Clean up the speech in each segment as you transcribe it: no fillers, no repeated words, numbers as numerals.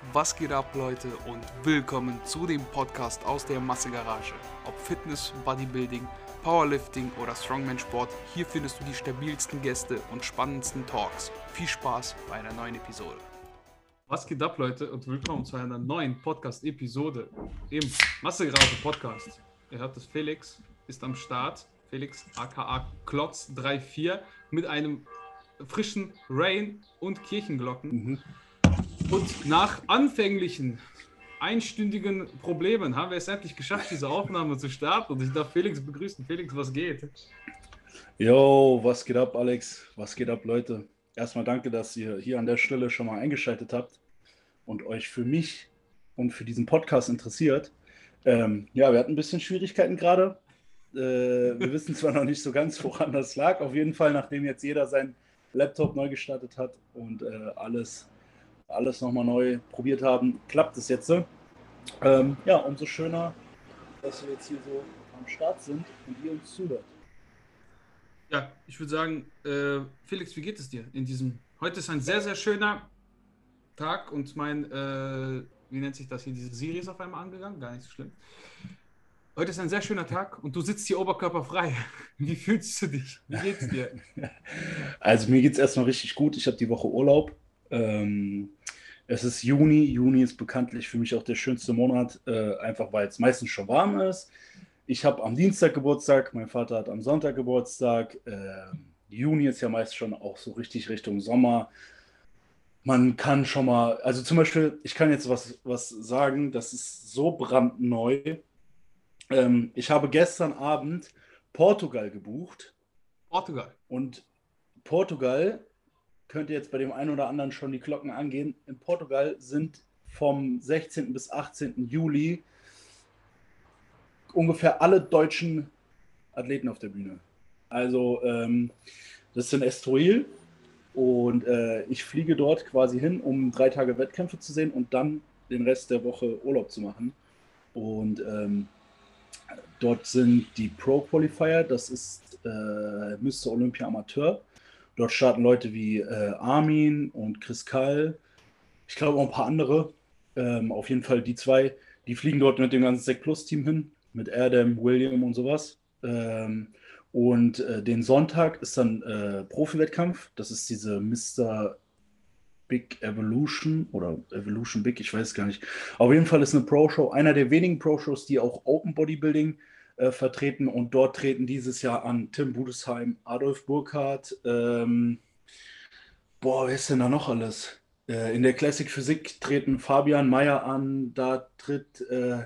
Was geht ab, Leute, und willkommen zu dem Podcast aus der Massegarage. Ob Fitness, Bodybuilding, Powerlifting oder Strongman-Sport, hier findest du die stabilsten Gäste und spannendsten Talks. Viel Spaß bei einer neuen Episode. Was geht ab, Leute, und willkommen zu einer neuen Podcast-Episode im Massegarage-Podcast. Ihr hört es, Felix ist am Start. Felix aka Klotz34 mit einem frischen Rain und Kirchenglocken. Und nach anfänglichen einstündigen Problemen haben wir es endlich geschafft, diese Aufnahme zu starten. Und ich darf Felix begrüßen. Felix, was geht? Yo, was geht ab, Alex? Was geht ab, Leute? Erstmal danke, dass ihr hier an der Stelle schon mal eingeschaltet habt und euch für mich und für diesen Podcast interessiert. Wir hatten ein bisschen Schwierigkeiten gerade. Wir wissen zwar noch nicht so ganz, woran das lag. Auf jeden Fall, nachdem jetzt jeder seinen Laptop neu gestartet hat und alles nochmal neu probiert haben, klappt es jetzt. Umso schöner, dass wir jetzt hier so am Start sind und ihr uns zuhört. Ja, ich würde sagen, Felix, wie geht es dir in diesem... Heute ist ein sehr, sehr schöner Tag und wie nennt sich das hier, diese Serie ist auf einmal angegangen, gar nicht so schlimm. Heute ist ein sehr schöner Tag und du sitzt hier oberkörperfrei. Wie fühlst du dich? Wie geht's dir? Also mir geht es erstmal richtig gut. Ich habe die Woche Urlaub. Es ist Juni. Juni ist bekanntlich für mich auch der schönste Monat, einfach weil es meistens schon warm ist. Ich habe am Dienstag Geburtstag, mein Vater hat am Sonntag Geburtstag. Juni ist ja meist schon auch so richtig Richtung Sommer. Man kann schon mal, also zum Beispiel, ich kann jetzt was sagen, das ist so brandneu. Ich habe gestern Abend Portugal gebucht. Portugal. Und Portugal könnte jetzt bei dem einen oder anderen schon die Glocken angehen. In Portugal sind vom 16. bis 18. Juli ungefähr alle deutschen Athleten auf der Bühne. Also das ist in Estoril und ich fliege dort quasi hin, um 3 Tage Wettkämpfe zu sehen und dann den Rest der Woche Urlaub zu machen. Und dort sind die Pro-Qualifier, das ist Mr. Olympia Amateur. Dort starten Leute wie Armin und Chris Kall. Ich glaube auch ein paar andere. Auf jeden Fall die zwei, die fliegen dort mit dem ganzen Sec Plus Team hin. Mit Adam, William und sowas. Den Sonntag ist dann Profi-Wettkampf. Das ist diese Mr. Big Evolution oder Evolution Big, ich weiß es gar nicht. Auf jeden Fall ist eine Pro-Show, einer der wenigen Pro-Shows, die auch Open Bodybuilding vertreten. Und dort treten dieses Jahr an Tim Budesheim, Adolf Burkhardt, wer ist denn da noch alles? In der Classic Physik treten Fabian Mayer an, da tritt,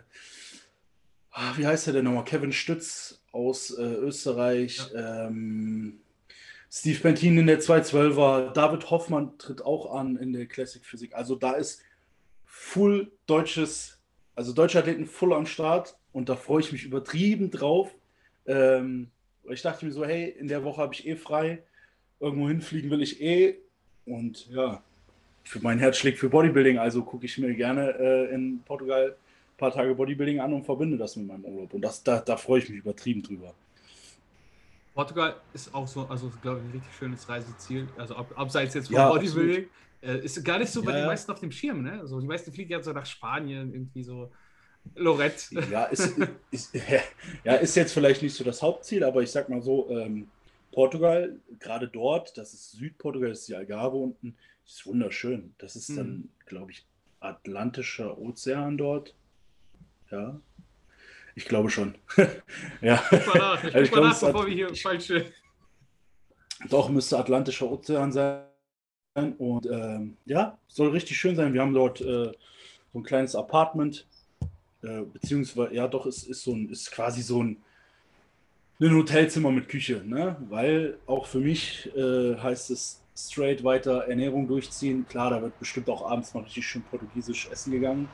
wie heißt der denn nochmal? Kevin Stütz aus Österreich, ja. Steve Bentin in der 212er, David Hoffmann tritt auch an in der Classic Physik. Also da ist full deutsche Athleten full am Start und da freue ich mich übertrieben drauf. Ich dachte mir so, hey, in der Woche habe ich frei, irgendwo hinfliegen will ich und ja, für mein Herz schlägt für Bodybuilding, also gucke ich mir gerne in Portugal ein paar Tage Bodybuilding an und verbinde das mit meinem Urlaub. Und da freue ich mich übertrieben drüber. Portugal ist auch so, also glaube ich, ein richtig schönes Reiseziel. Also abseits jetzt vom Bodybuilding. Ist gar nicht so bei den meisten auf dem Schirm, ne? Also die meisten fliegen ja so nach Spanien, irgendwie so Lorette. Ja, ist jetzt vielleicht nicht so das Hauptziel, aber ich sag mal so, Portugal, gerade dort, das ist Südportugal, das ist die Algarve unten, ist wunderschön. Das ist dann, glaube ich, Atlantischer Ozean dort. Ja, ich glaube schon. Ja. Ich guck mal nach, bevor wir hier falsch sind. Doch, müsste Atlantischer Ozean sein. Und soll richtig schön sein. Wir haben dort so ein kleines Apartment. Beziehungsweise, ja doch, ist quasi so ein Hotelzimmer mit Küche. Ne? Weil auch für mich heißt es straight weiter Ernährung durchziehen. Klar, da wird bestimmt auch abends mal richtig schön portugiesisch essen gegangen.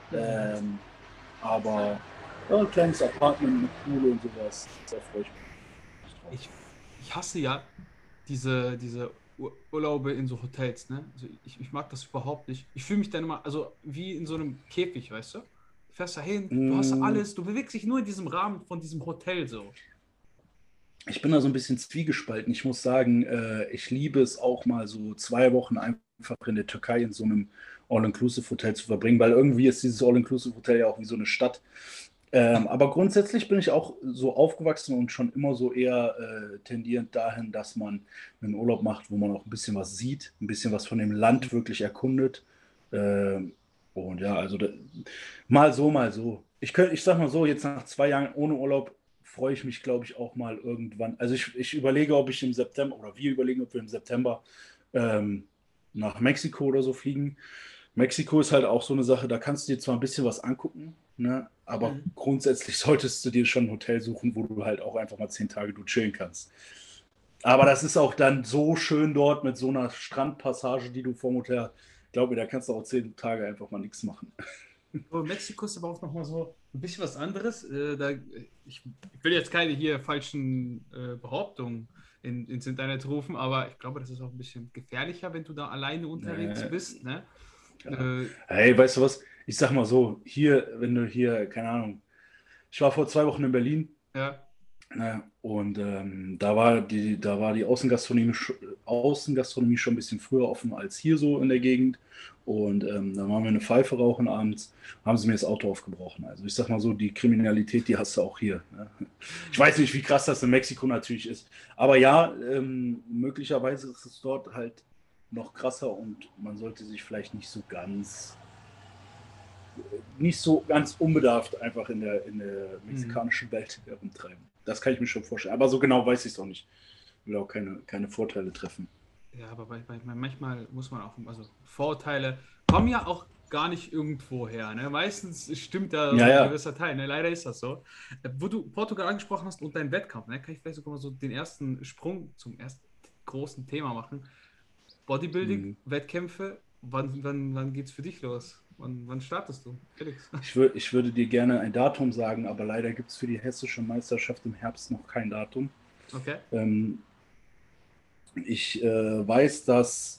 Aber ja, ein kleines Apartment mit Pool und sowas, da freue ich mich. Ich hasse ja diese Urlaube in so Hotels, ne? Also ich mag das überhaupt nicht. Ich fühle mich dann immer, also wie in so einem Käfig, weißt du? Du fährst da hin, du hast alles, du bewegst dich nur in diesem Rahmen von diesem Hotel so. Ich bin da so ein bisschen zwiegespalten. Ich muss sagen, ich liebe es auch mal so 2 Wochen einfach in der Türkei in so einem All-Inclusive-Hotel zu verbringen, weil irgendwie ist dieses All-Inclusive-Hotel ja auch wie so eine Stadt. Aber grundsätzlich bin ich auch so aufgewachsen und schon immer so eher tendierend dahin, dass man einen Urlaub macht, wo man auch ein bisschen was sieht, ein bisschen was von dem Land wirklich erkundet. Und ja, also mal so, mal so. Ich sag mal so, jetzt nach 2 Jahren ohne Urlaub freue ich mich, glaube ich, auch mal irgendwann. Also ich überlege, ob ich im September, oder wir überlegen, ob wir im September ähm, nach Mexiko oder so fliegen. Mexiko ist halt auch so eine Sache, da kannst du dir zwar ein bisschen was angucken, ne, aber Mhm. grundsätzlich solltest du dir schon ein Hotel suchen, wo du halt auch einfach mal 10 Tage du chillen kannst. Aber das ist auch dann so schön dort mit so einer Strandpassage, die du vom Hotel hast. Ich glaube, da kannst du auch 10 Tage einfach mal nichts machen. Aber Mexiko ist aber auch nochmal so ein bisschen was anderes. Ich will jetzt keine hier falschen Behauptungen ins Internet rufen, aber ich glaube, das ist auch ein bisschen gefährlicher, wenn du da alleine unterwegs Äh, bist. Ne? ja. Äh, Hey, weißt du was? Ich sag mal so, hier, wenn du hier, keine Ahnung, ich war vor 2 Wochen in Berlin. ja. Ne? Und da war die Außengastronomie schon ein bisschen früher offen als hier so in der Gegend. Und da waren wir eine Pfeife rauchen abends, haben sie mir das Auto aufgebrochen. Also ich sag mal so, die Kriminalität, die hast du auch hier. Ne? Ich weiß nicht, wie krass das in Mexiko natürlich ist. Aber ja, möglicherweise ist es dort halt noch krasser und man sollte sich vielleicht nicht so ganz unbedarft einfach in der Mhm. mexikanischen Welt herumtreiben. Das kann ich mir schon vorstellen. Aber so genau weiß ich es auch nicht. Ich will auch keine Vorteile treffen. Ja, aber manchmal muss man auch, also Vorurteile kommen ja auch gar nicht irgendwo her. Ne? Meistens stimmt da Ja, so ein ja. gewisser Teil. Ne? Leider ist das so. Wo du Portugal angesprochen hast und deinen Wettkampf, ne? Kann ich vielleicht sogar mal so den ersten Sprung zum ersten großen Thema machen. Bodybuilding, Hm. Wettkämpfe, wann geht's für dich los? Wann startest du, Felix? Ich würde dir gerne ein Datum sagen, aber leider gibt es für die hessische Meisterschaft im Herbst noch kein Datum. Okay. Ähm, ich weiß, dass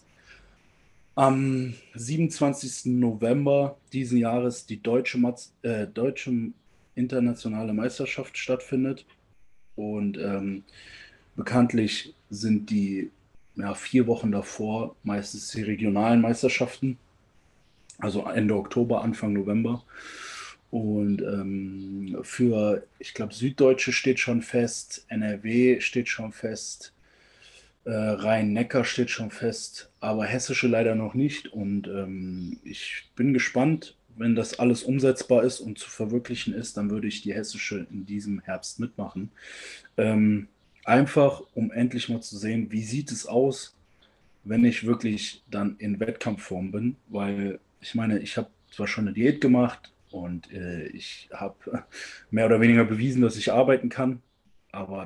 am 27. November diesen Jahres die deutsche internationale Meisterschaft stattfindet. Und bekanntlich sind die 4 Wochen davor meistens die regionalen Meisterschaften, also Ende Oktober, Anfang November. Und ich glaube, Süddeutsche steht schon fest, NRW steht schon fest, Rhein-Neckar steht schon fest, aber Hessische leider noch nicht. Und ich bin gespannt, wenn das alles umsetzbar ist und zu verwirklichen ist, dann würde ich die Hessische in diesem Herbst mitmachen. Ähm, Einfach, um endlich mal zu sehen, wie sieht es aus, wenn ich wirklich dann in Wettkampfform bin, weil ich meine, ich habe zwar schon eine Diät gemacht und ich habe mehr oder weniger bewiesen, dass ich arbeiten kann, aber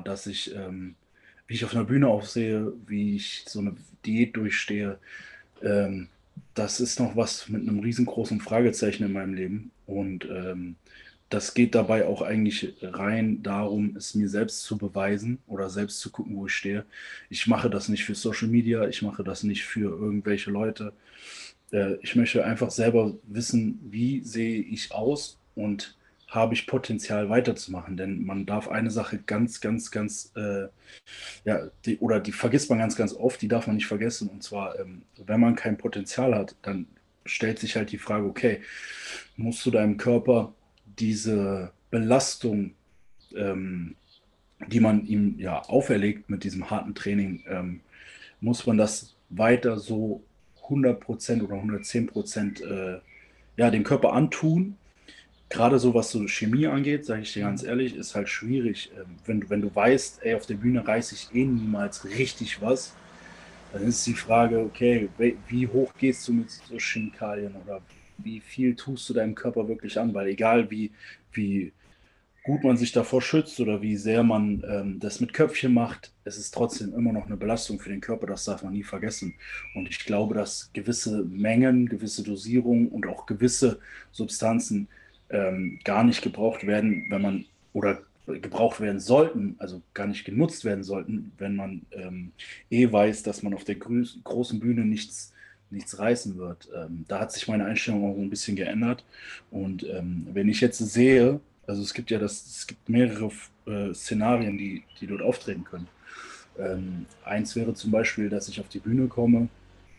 wie ich auf einer Bühne aufsehe, wie ich so eine Diät durchstehe, ähm, das ist noch was mit einem riesengroßen Fragezeichen in meinem Leben. Und das geht dabei auch eigentlich rein darum, es mir selbst zu beweisen oder selbst zu gucken, wo ich stehe. Ich mache das nicht für Social Media, ich mache das nicht für irgendwelche Leute. Ich möchte einfach selber wissen, wie sehe ich aus und habe ich Potenzial weiterzumachen. Denn man darf eine Sache ganz, ganz, ganz ja, die vergisst man ganz, ganz oft, die darf man nicht vergessen. Und zwar, wenn man kein Potenzial hat, dann stellt sich halt die Frage, okay, musst du deinem Körper diese Belastung, ähm, die man ihm ja auferlegt mit diesem harten Training, muss man das weiter so 100% oder 110% ja, dem Körper antun. Gerade so was so Chemie angeht, sage ich dir ganz Mhm. ehrlich, ist halt schwierig. Wenn du weißt, ey, auf der Bühne reiße ich eh niemals richtig was, dann ist die Frage, okay, wie hoch gehst du mit so Chemikalien oder wie viel tust du deinem Körper wirklich an? Weil egal wie gut man sich davor schützt oder wie sehr man das mit Köpfchen macht, es ist trotzdem immer noch eine Belastung für den Körper, das darf man nie vergessen. Und ich glaube, dass gewisse Mengen, gewisse Dosierungen und auch gewisse Substanzen gar nicht gebraucht werden, wenn man oder gebraucht werden sollten, also gar nicht genutzt werden sollten, wenn man weiß, dass man auf der großen Bühne nichts reißen wird. Da hat sich meine Einstellung auch ein bisschen geändert. Und wenn ich jetzt sehe, also es gibt mehrere Szenarien, die dort auftreten können. Eins wäre zum Beispiel, dass ich auf die Bühne komme,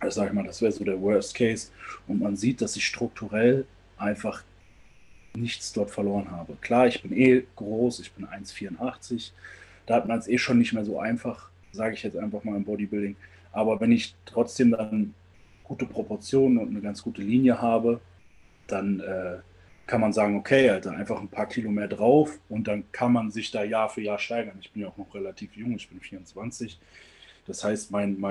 Also sag ich mal, das wäre so der Worst Case. Und man sieht, dass ich strukturell einfach nichts dort verloren habe. Klar, ich bin groß, ich bin 1,84. Da hat man es schon nicht mehr so einfach, sage ich jetzt einfach mal im Bodybuilding. Aber wenn ich trotzdem dann gute Proportionen und eine ganz gute Linie habe, dann kann man sagen, okay, Alter, einfach ein paar Kilo mehr drauf und dann kann man sich da Jahr für Jahr steigern. Ich bin ja auch noch relativ jung, ich bin 24. Das heißt,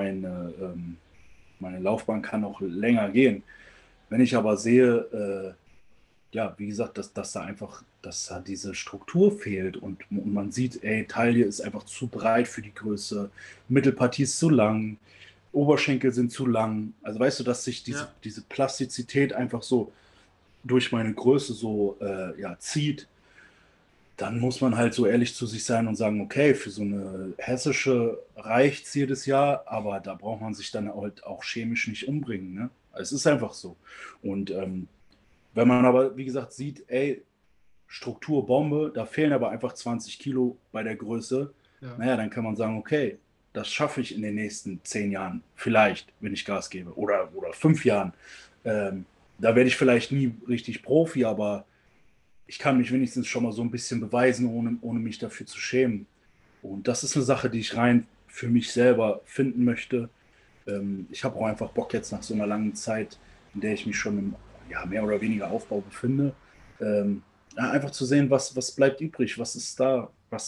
meine Laufbahn kann auch länger gehen. Wenn ich aber sehe, ja, wie gesagt, dass da diese Struktur fehlt und man sieht, ey, Taille ist einfach zu breit für die Größe, Mittelpartie ist zu lang, Oberschenkel sind zu lang. Also weißt du, dass sich Ja. diese Plastizität einfach so durch meine Größe so ja, zieht, dann muss man halt so ehrlich zu sich sein und sagen, okay, für so eine hessische reicht es jedes Jahr, aber da braucht man sich dann halt auch chemisch nicht umbringen. Ne? Es ist einfach so. Und wenn man aber, wie gesagt, sieht, ey, Strukturbombe, da fehlen aber einfach 20 Kilo bei der Größe, Ja. naja, dann kann man sagen, okay, das schaffe ich in den nächsten 10 Jahren, vielleicht, wenn ich Gas gebe, oder 5 Jahren. Da werde ich vielleicht nie richtig Profi, aber ich kann mich wenigstens schon mal so ein bisschen beweisen, ohne mich dafür zu schämen. Und das ist eine Sache, die ich rein für mich selber finden möchte. Ich habe auch einfach Bock jetzt nach so einer langen Zeit, in der ich mich schon im ja, mehr oder weniger Aufbau befinde, ja, einfach zu sehen, was bleibt übrig, was ist da,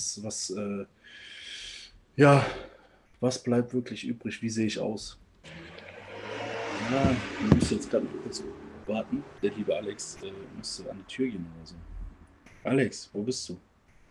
ja, was bleibt wirklich übrig, wie sehe ich aus. Ja, ich muss jetzt gerade kurz warten. Der liebe Alex musste an die Tür gehen oder so. Alex, wo bist du?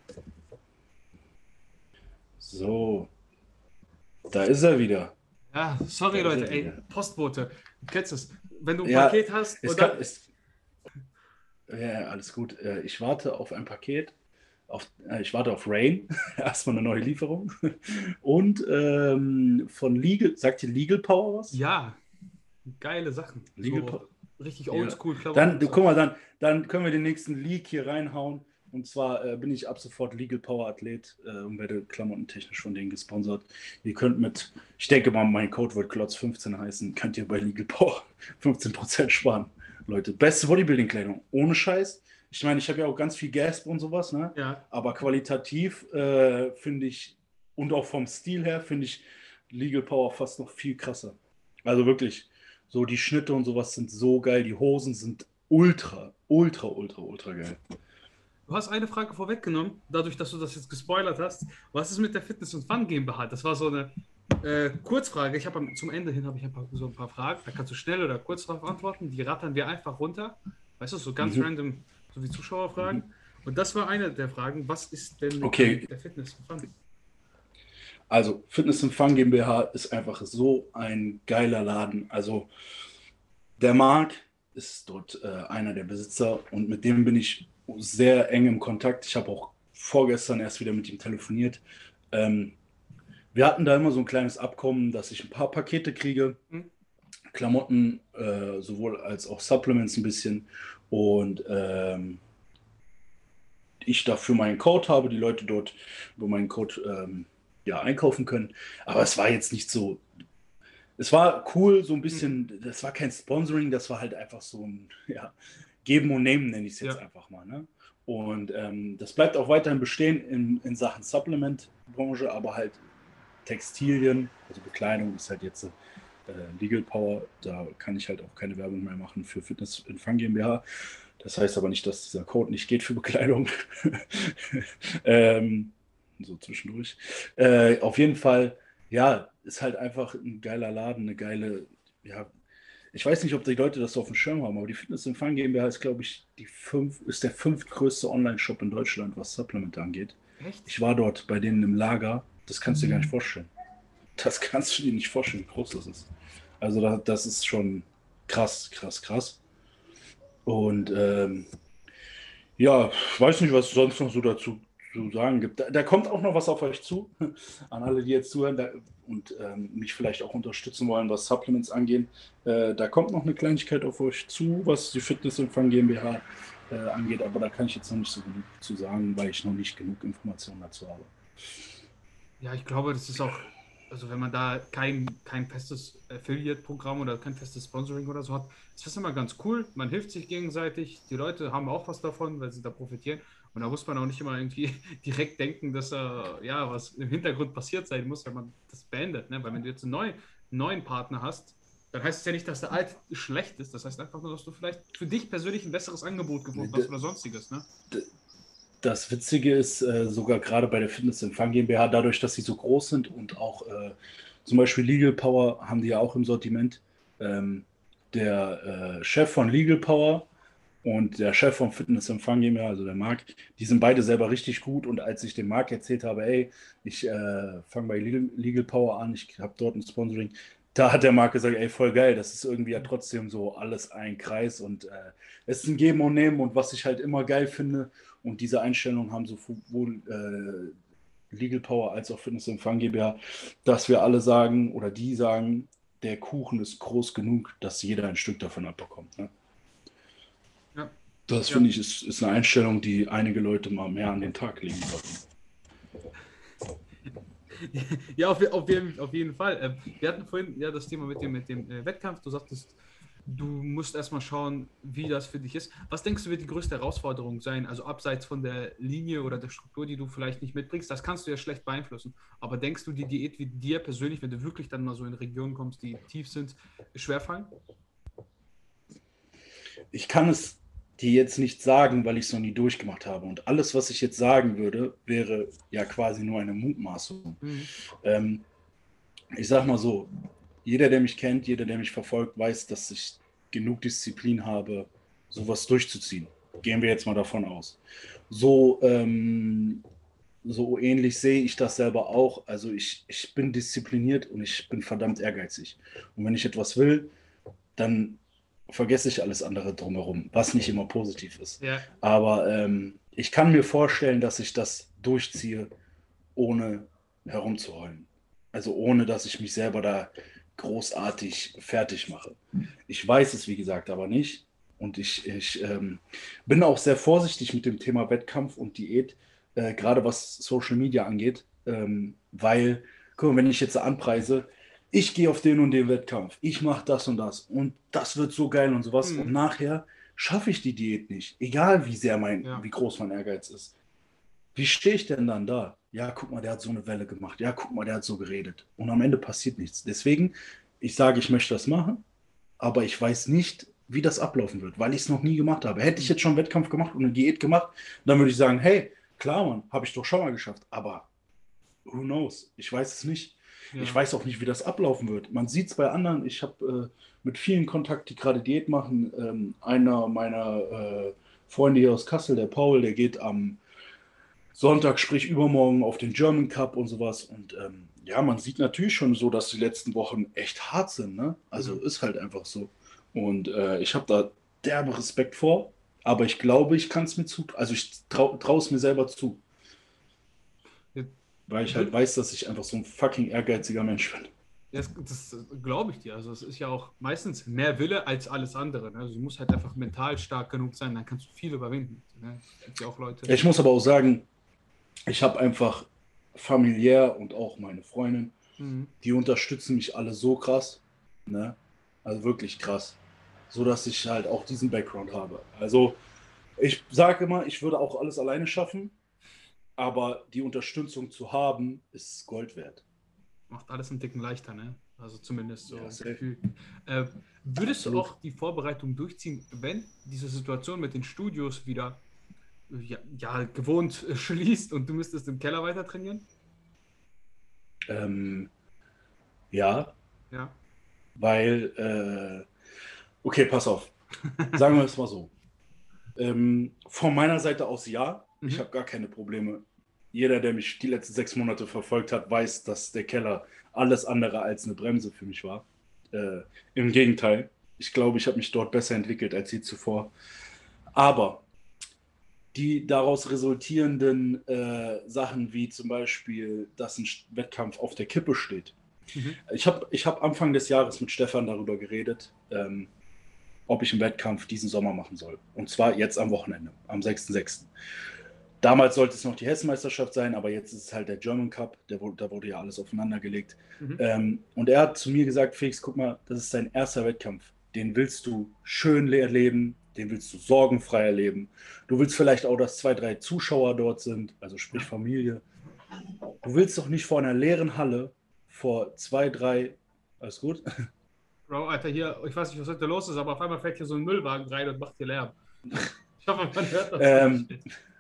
So, da ist er wieder. Ja, sorry Da ist Leute, er ey, wieder. Postbote, du kennst es. Wenn du ein Ja, Paket hast es und kann, dann. es, ja, alles gut. Ich warte auf ein Paket. Ich warte auf Rain. Erstmal eine neue Lieferung. Und von Legal, sagt dir Legal Power was? Ja, geile Sachen. Legal So Power. richtig Ja. oldschool Klamotten Dann, und so. guck mal, dann können wir den nächsten Leak hier reinhauen. Und zwar bin ich ab sofort Legal Power Athlet und werde klamottentechnisch von denen gesponsert. Ihr könnt ich denke mal, mein Code wird Klotz15 heißen, könnt ihr bei Legal Power 15% sparen. Leute, beste Bodybuilding-Kleidung, ohne Scheiß. Ich meine, ich habe ja auch ganz viel Gasp und sowas, ne? Ja. Aber qualitativ finde ich und auch vom Stil her finde ich Legal Power fast noch viel krasser. Also wirklich, so die Schnitte und sowas sind so geil. Die Hosen sind ultra, ultra, ultra, ultra geil. Du hast eine Frage vorweggenommen, dadurch, dass du das jetzt gespoilert hast. Was ist mit der Fitness und Fun GmbH? Das war so eine Kurzfrage. Zum Ende hin habe ich so ein paar Fragen. Da kannst du schnell oder kurz darauf antworten. Die rattern wir einfach runter. Weißt du, so ganz Mhm. random, so wie Mhm. Zuschauerfragen. Und das war eine der Fragen. Was ist denn mit Okay, der Fitness und Fun? also Fitness und Fun GmbH ist einfach so ein geiler Laden. Also der Marc ist dort einer der Besitzer und mit dem bin ich sehr eng im Kontakt. Ich habe auch vorgestern erst wieder mit ihm telefoniert. Ähm, Wir hatten da immer so ein kleines Abkommen, dass ich ein paar Pakete kriege, Hm? Klamotten, sowohl als auch Supplements ein bisschen. Und ich dafür meinen Code habe, die Leute dort über meinen Code ja, einkaufen können. Aber es war jetzt nicht so. Es war cool, so ein Hm? bisschen, das war kein Sponsoring, das war halt einfach so ein, ja, Geben und Nehmen, nenne ich es jetzt Ja. einfach mal. Ne? Und das bleibt auch weiterhin bestehen in Sachen Supplement-Branche, aber halt Textilien, also Bekleidung ist halt jetzt Legal Power, da kann ich halt auch keine Werbung mehr machen für Fitness in Fun GmbH. Das heißt aber nicht, dass dieser Code nicht geht für Bekleidung. So zwischendurch. Auf jeden Fall, ja, ist halt einfach ein geiler Laden, eine geile, ja, ich weiß nicht, ob die Leute das so auf dem Schirm haben, aber die Fitness in Fun GmbH ist, glaube ich, ist der fünftgrößte Online-Shop in Deutschland, was Supplement angeht. Echt? Ich war dort bei denen im Lager, das kannst du dir gar nicht vorstellen. Das kannst du dir nicht vorstellen, wie groß das ist. Also das ist schon krass, krass, krass. Und ja, ich weiß nicht, was es sonst noch so dazu zu sagen gibt. Da kommt auch noch was auf euch zu, an alle, die jetzt zuhören und mich vielleicht auch unterstützen wollen, was Supplements angeht. Da kommt noch eine Kleinigkeit auf euch zu, was die Fitness und Fun GmbH angeht, aber da kann ich jetzt noch nicht so genug zu sagen, weil ich noch nicht genug Informationen dazu habe. Ja, ich glaube, das ist auch also wenn man da kein festes Affiliate-Programm oder kein festes Sponsoring oder so hat, ist das immer ganz cool. Man hilft sich gegenseitig. Die Leute haben auch was davon, weil sie da profitieren. Und da muss man auch nicht immer irgendwie direkt denken, dass ja, was im Hintergrund passiert sein muss, wenn man das beendet. Ne? Weil wenn du jetzt einen neuen Partner hast, dann heißt es ja nicht, dass der alte schlecht ist. Das heißt einfach nur, dass du vielleicht für dich persönlich ein besseres Angebot gefunden hast oder sonstiges. Ne? Das Witzige ist, sogar gerade bei der Fitnessempfang GmbH, dadurch, dass sie so groß sind und auch zum Beispiel Legal Power haben die ja auch im Sortiment. Der Chef von Legal Power und der Chef vom Fitnessempfang GmbH, also der Marc, die sind beide selber richtig gut. Und als ich dem Marc erzählt habe, ey, ich fange bei Legal Power an, ich habe dort ein Sponsoring, da hat der Marc gesagt, ey, voll geil, das ist irgendwie ja trotzdem so alles ein Kreis und es ist ein Geben und Nehmen und was ich halt immer geil finde und diese Einstellung haben sowohl Legal Power als auch Fitnessempfang GmbH, dass wir alle sagen oder die sagen, der Kuchen ist groß genug, dass jeder ein Stück davon abbekommt. Ne? Ja. Das finde ich ist eine Einstellung, die einige Leute mal mehr an den Tag legen sollten. Ja, auf jeden Fall. Wir hatten vorhin ja das Thema mit dem Wettkampf. Du sagtest, du musst erstmal schauen, wie das für dich ist. Was denkst du, wird die größte Herausforderung sein? Also abseits von der Linie oder der Struktur, die du vielleicht nicht mitbringst, das kannst du ja schlecht beeinflussen. Aber denkst du, die Diät wird dir persönlich, wenn du wirklich dann mal so in Regionen kommst, die tief sind, schwerfallen? Ich kann es dir jetzt nicht sagen, weil ich es noch nie durchgemacht habe. Und alles, was ich jetzt sagen würde, wäre ja quasi nur eine Mutmaßung. Ich sag mal so, jeder, der mich kennt, jeder, der mich verfolgt, weiß, dass ich genug Disziplin habe, sowas durchzuziehen. Gehen wir jetzt mal davon aus. So ähnlich sehe ich das selber auch. Also ich bin diszipliniert und ich bin verdammt ehrgeizig. Und wenn ich etwas will, dann vergesse ich alles andere drumherum, was nicht immer positiv ist. Ja. Aber ich kann mir vorstellen, dass ich das durchziehe, ohne herumzuheulen. Also ohne, dass ich mich selber da großartig fertig mache. Ich weiß es, wie gesagt, aber nicht. Und ich bin auch sehr vorsichtig mit dem Thema Wettkampf und Diät, gerade was Social Media angeht, weil, guck mal, wenn ich jetzt anpreise, ich gehe auf den und den Wettkampf, ich mache das und das wird so geil und sowas und nachher schaffe ich die Diät nicht, egal wie sehr wie groß mein Ehrgeiz ist. Wie stehe ich denn dann da? Ja, guck mal, der hat so eine Welle gemacht. Ja, guck mal, der hat so geredet. Und am Ende passiert nichts. Deswegen, ich sage, ich möchte das machen, aber ich weiß nicht, wie das ablaufen wird, weil ich es noch nie gemacht habe. Hätte ich jetzt schon einen Wettkampf gemacht und eine Diät gemacht, dann würde ich sagen, hey, klar, Mann, habe ich doch schon mal geschafft. Aber who knows? Ich weiß es nicht. Ja. Ich weiß auch nicht, wie das ablaufen wird. Man sieht es bei anderen. Ich habe mit vielen Kontakt, die gerade Diät machen. Einer meiner Freunde hier aus Kassel, der Paul, der geht am Sonntag, sprich übermorgen, auf den German Cup und sowas. Und ja, man sieht natürlich schon so, dass die letzten Wochen echt hart sind. Ne? Also ist halt einfach so. Und ich habe da derbe Respekt vor. Aber ich glaube, ich kann es mir also ich traue es mir selber zu. Weil ich halt weiß, dass ich einfach so ein fucking ehrgeiziger Mensch bin. Das glaube ich dir. Also es ist ja auch meistens mehr Wille als alles andere. Ne? Also du musst halt einfach mental stark genug sein, dann kannst du viel überwinden. Ne? Ja auch Leute. Ich muss aber auch sagen, ich habe einfach familiär und auch meine Freundin, die unterstützen mich alle so krass. Ne? Also wirklich krass. So dass ich halt auch diesen Background habe. Also ich sage immer, ich würde auch alles alleine schaffen. Aber die Unterstützung zu haben, ist Gold wert. Macht alles einen Dicken leichter, ne? Also zumindest so. Ja, würdest du auch die Vorbereitung durchziehen, wenn diese Situation mit den Studios wieder gewohnt schließt und du müsstest im Keller weiter trainieren? Ja. Ja. Weil, okay, pass auf. Sagen wir es mal so. Von meiner Seite aus ja. Ich habe gar keine Probleme. Jeder, der mich die letzten 6 Monate verfolgt hat, weiß, dass der Keller alles andere als eine Bremse für mich war. Im Gegenteil. Ich glaube, ich habe mich dort besser entwickelt als je zuvor. Aber die daraus resultierenden Sachen, wie zum Beispiel, dass ein Wettkampf auf der Kippe steht. Ich hab Anfang des Jahres mit Stefan darüber geredet, ob ich einen Wettkampf diesen Sommer machen soll. Und zwar jetzt am Wochenende, am 6.6. Damals sollte es noch die Hessenmeisterschaft sein, aber jetzt ist es halt der German Cup. Da wurde ja alles aufeinandergelegt. Und er hat zu mir gesagt, Felix, guck mal, das ist dein erster Wettkampf. Den willst du schön erleben, den willst du sorgenfrei erleben. Du willst vielleicht auch, dass 2, 3 Zuschauer dort sind, also sprich Familie. Du willst doch nicht vor einer leeren Halle, vor 2, 3, alles gut? Bro, Alter, hier, ich weiß nicht, was heute los ist, aber auf einmal fährt hier so ein Müllwagen rein und macht hier Lärm. Ich hoffe, man hört das nicht.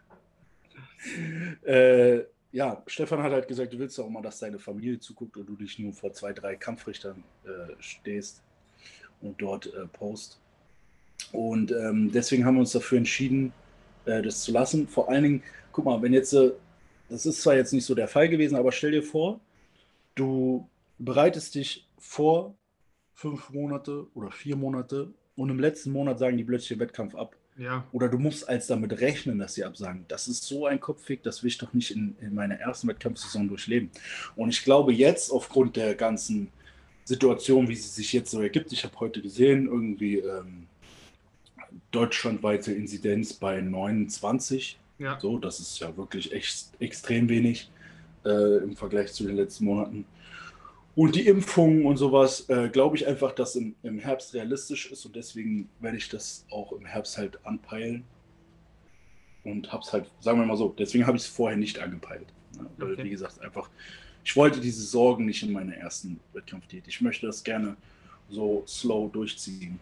Ja, Stefan hat halt gesagt, du willst auch mal, dass deine Familie zuguckt und du dich nur vor 2, 3 Kampfrichtern stehst und dort post. Und deswegen haben wir uns dafür entschieden, das zu lassen. Vor allen Dingen, guck mal, wenn jetzt, das ist zwar jetzt nicht so der Fall gewesen, aber stell dir vor, du bereitest dich vor 5 Monate oder 4 Monate und im letzten Monat sagen die plötzlich den Wettkampf ab. Ja. Oder du musst als damit rechnen, dass sie absagen. Das ist so ein Kopfweg, das will ich doch nicht in meiner ersten Wettkampfsaison durchleben. Und ich glaube jetzt, aufgrund der ganzen Situation, wie sie sich jetzt so ergibt, ich habe heute gesehen, irgendwie deutschlandweite Inzidenz bei 29. Ja. So, das ist ja wirklich echt extrem wenig im Vergleich zu den letzten Monaten. Und die Impfungen und sowas, glaube ich einfach, dass im Herbst realistisch ist und deswegen werde ich das auch im Herbst halt anpeilen. Und habe es halt, sagen wir mal so, deswegen habe ich es vorher nicht angepeilt. Ne? Weil, Okay. wie gesagt, einfach, ich wollte diese Sorgen nicht in meiner ersten Wettkampfdiät. Ich möchte das gerne so slow durchziehen.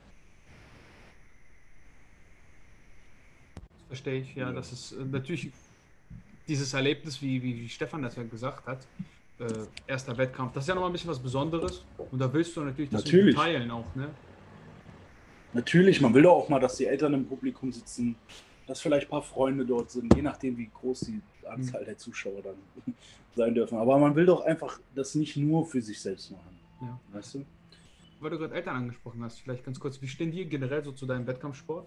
Das verstehe ich, ja. Das ist natürlich dieses Erlebnis, wie Stefan das ja gesagt hat. Erster Wettkampf, das ist ja nochmal ein bisschen was Besonderes. Und da willst du natürlich das Natürlich. teilen auch, ne? Natürlich, man will doch auch mal, dass die Eltern im Publikum sitzen, dass vielleicht ein paar Freunde dort sind, je nachdem, wie groß die Anzahl der Zuschauer dann sein dürfen. Aber man will doch einfach das nicht nur für sich selbst machen. Ja. Weißt du? Weil du gerade Eltern angesprochen hast, vielleicht ganz kurz, wie stehen die generell so zu deinem Wettkampfsport?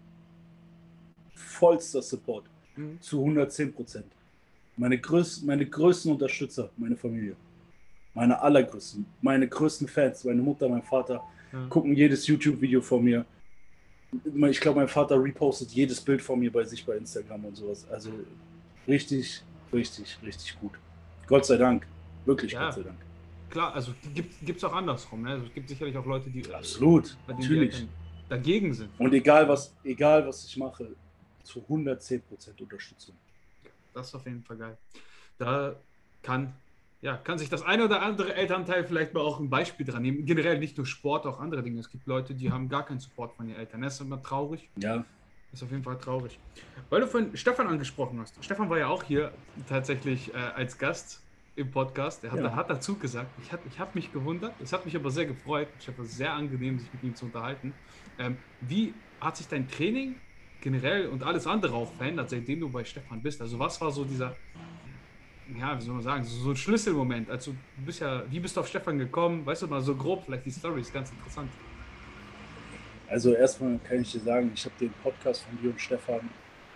Vollster Support. Mhm. Zu 110%. Meine größten Unterstützer, meine Familie. Meine allergrößten, meine größten Fans, meine Mutter, mein Vater, gucken jedes YouTube-Video von mir. Ich glaube, mein Vater repostet jedes Bild von mir bei sich bei Instagram und sowas. Also richtig, richtig, richtig gut. Gott sei Dank. Wirklich Ja. Gott sei Dank. Klar, also gibt es auch andersrum, ne? Also es gibt sicherlich auch Leute, die Absolut, bei denen natürlich. die Eltern dagegen sind. Und egal was ich mache, zu 110% Unterstützung. Das ist auf jeden Fall geil. Da kann sich das eine oder andere Elternteil vielleicht mal auch ein Beispiel dran nehmen. Generell nicht nur Sport, auch andere Dinge. Es gibt Leute, die haben gar keinen Support von ihren Eltern. Das ist immer traurig. Ja. Das ist auf jeden Fall traurig. Weil du vorhin Stefan angesprochen hast. Stefan war ja auch hier tatsächlich als Gast im Podcast. Er hat dazu gesagt, ich habe mich gewundert. Es hat mich aber sehr gefreut. Ich fand es sehr angenehm, sich mit ihm zu unterhalten. Wie hat sich dein Training generell und alles andere auch verändert, seitdem du bei Stefan bist? Also was war so dieser, ja, wie soll man sagen, so ein Schlüsselmoment? Also wie bist du auf Stefan gekommen? Weißt du mal so grob, vielleicht die Story ist ganz interessant. Also erstmal kann ich dir sagen, ich habe den Podcast von dir und Stefan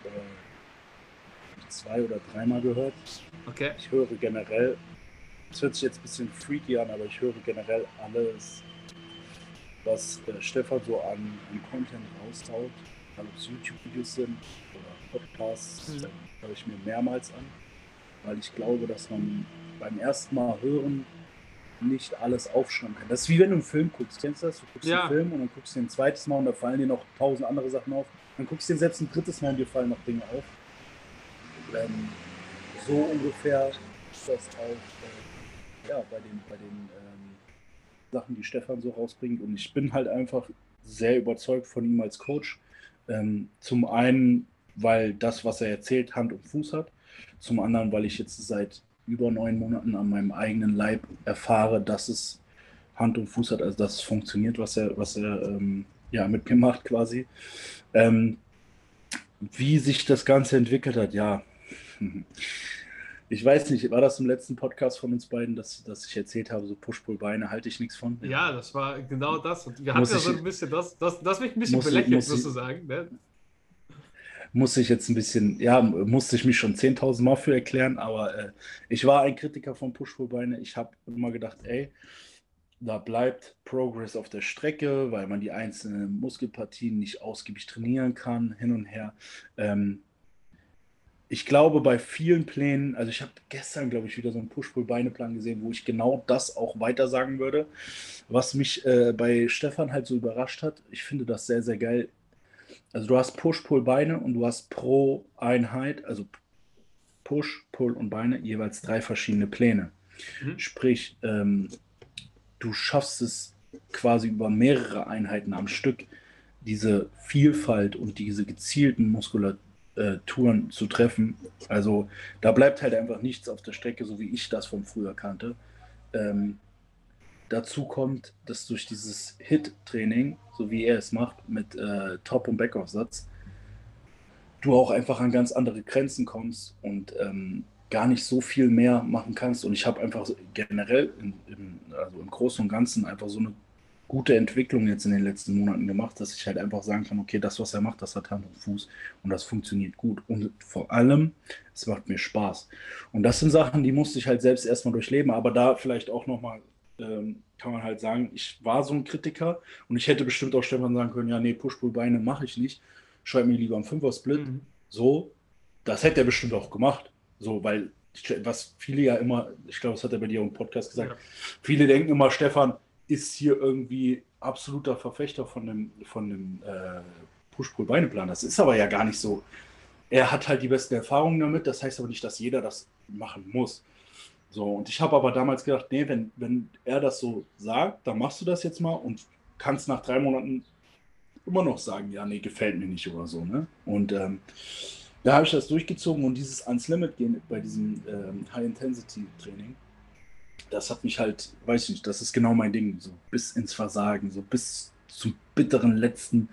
2 oder 3 Mal gehört. Okay. Ich höre generell, es hört sich jetzt ein bisschen freaky an, aber ich höre generell alles, was Stefan so an Content raushaut, ob es YouTube-Videos sind oder Podcasts, höre ich mir mehrmals an, weil ich glaube, dass man beim ersten Mal hören nicht alles aufschreiben kann. Das ist wie wenn du einen Film guckst. Kennst du das? Du guckst einen Film und dann guckst du den ein zweites Mal und da fallen dir noch 1000 andere Sachen auf. Dann guckst du den selbst ein drittes Mal und dir fallen noch Dinge auf. So ungefähr ist das auch bei den Sachen, die Stefan so rausbringt. Und ich bin halt einfach sehr überzeugt von ihm als Coach. Zum einen, weil das, was er erzählt, Hand und Fuß hat. Zum anderen, weil ich jetzt seit über 9 Monaten an meinem eigenen Leib erfahre, dass es Hand und Fuß hat, also dass es funktioniert, was er mit mir macht quasi. Wie sich das Ganze entwickelt hat, ja. Ich weiß nicht, war das im letzten Podcast von uns beiden, dass ich erzählt habe, so Push-Pull-Beine halte ich nichts von? Ja, das war genau das. Und wir hatten ja so ein bisschen das mich ein bisschen belächelt, sozusagen. Ne? Musste ich mich schon 10.000 Mal für erklären, aber ich war ein Kritiker von Push-Pull-Beine. Ich habe immer gedacht, da bleibt Progress auf der Strecke, weil man die einzelnen Muskelpartien nicht ausgiebig trainieren kann, hin und her. ich glaube, bei vielen Plänen, also ich habe gestern, glaube ich, wieder so einen Push-Pull-Beine-Plan gesehen, wo ich genau das auch weiter sagen würde. Was mich bei Stefan halt so überrascht hat, ich finde das sehr, sehr geil. Also du hast Push-Pull-Beine und du hast pro Einheit, also Push, Pull und Beine, jeweils 3 verschiedene Pläne. Mhm. Sprich, du schaffst es quasi über mehrere Einheiten am Stück, diese Vielfalt und diese gezielten Muskulaturen zu treffen. Also da bleibt halt einfach nichts auf der Strecke, so wie ich das von früher kannte. Ähm, Dazu kommt, dass durch dieses Hit-Training, so wie er es macht, mit Top- und Backaufsatz, du auch einfach an ganz andere Grenzen kommst und gar nicht so viel mehr machen kannst. Und ich habe einfach so generell also im Großen und Ganzen einfach so eine gute Entwicklung jetzt in den letzten Monaten gemacht, dass ich halt einfach sagen kann, okay, das, was er macht, das hat Hand und Fuß und das funktioniert gut. Und vor allem, es macht mir Spaß. Und das sind Sachen, die musste ich halt selbst erstmal durchleben, aber da vielleicht auch nochmal kann man halt sagen, ich war so ein Kritiker und ich hätte bestimmt auch Stefan sagen können, ja, nee, Push-Pull-Beine mache ich nicht, schreib mir lieber einen Fünfer-Split. Mhm. So, das hätte er bestimmt auch gemacht. So, weil, was viele ja immer, ich glaube, das hat er bei dir im Podcast gesagt, Ja. viele denken immer, Stefan ist hier irgendwie absoluter Verfechter von dem Push-Pull-Beine-Plan. Das ist aber ja gar nicht so. Er hat halt die besten Erfahrungen damit, das heißt aber nicht, dass jeder das machen muss. So, und ich habe aber damals gedacht, nee, wenn er das so sagt, dann machst du das jetzt mal und kannst nach 3 Monaten immer noch sagen, ja, nee, gefällt mir nicht oder so. Ne? Und da habe ich das durchgezogen und dieses ans Limit gehen bei diesem High-Intensity-Training, das hat mich halt, weiß ich nicht, das ist genau mein Ding, so bis ins Versagen, so bis zum bitteren letzten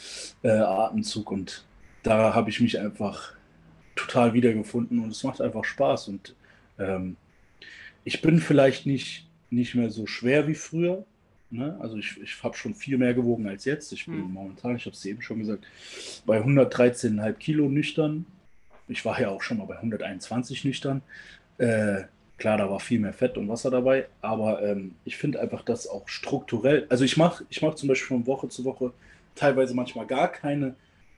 Atemzug und da habe ich mich einfach total wiedergefunden und es macht einfach Spaß und ähm, ich bin vielleicht nicht mehr so schwer wie früher. Ne? Also ich habe schon viel mehr gewogen als jetzt. Ich bin Mhm. momentan, ich habe es eben schon gesagt, bei 113,5 Kilo nüchtern. Ich war ja auch schon mal bei 121 nüchtern. Äh, klar, da war viel mehr Fett und Wasser dabei, aber ich finde einfach, dass auch strukturell, also ich mach zum Beispiel von Woche zu Woche teilweise manchmal gar keine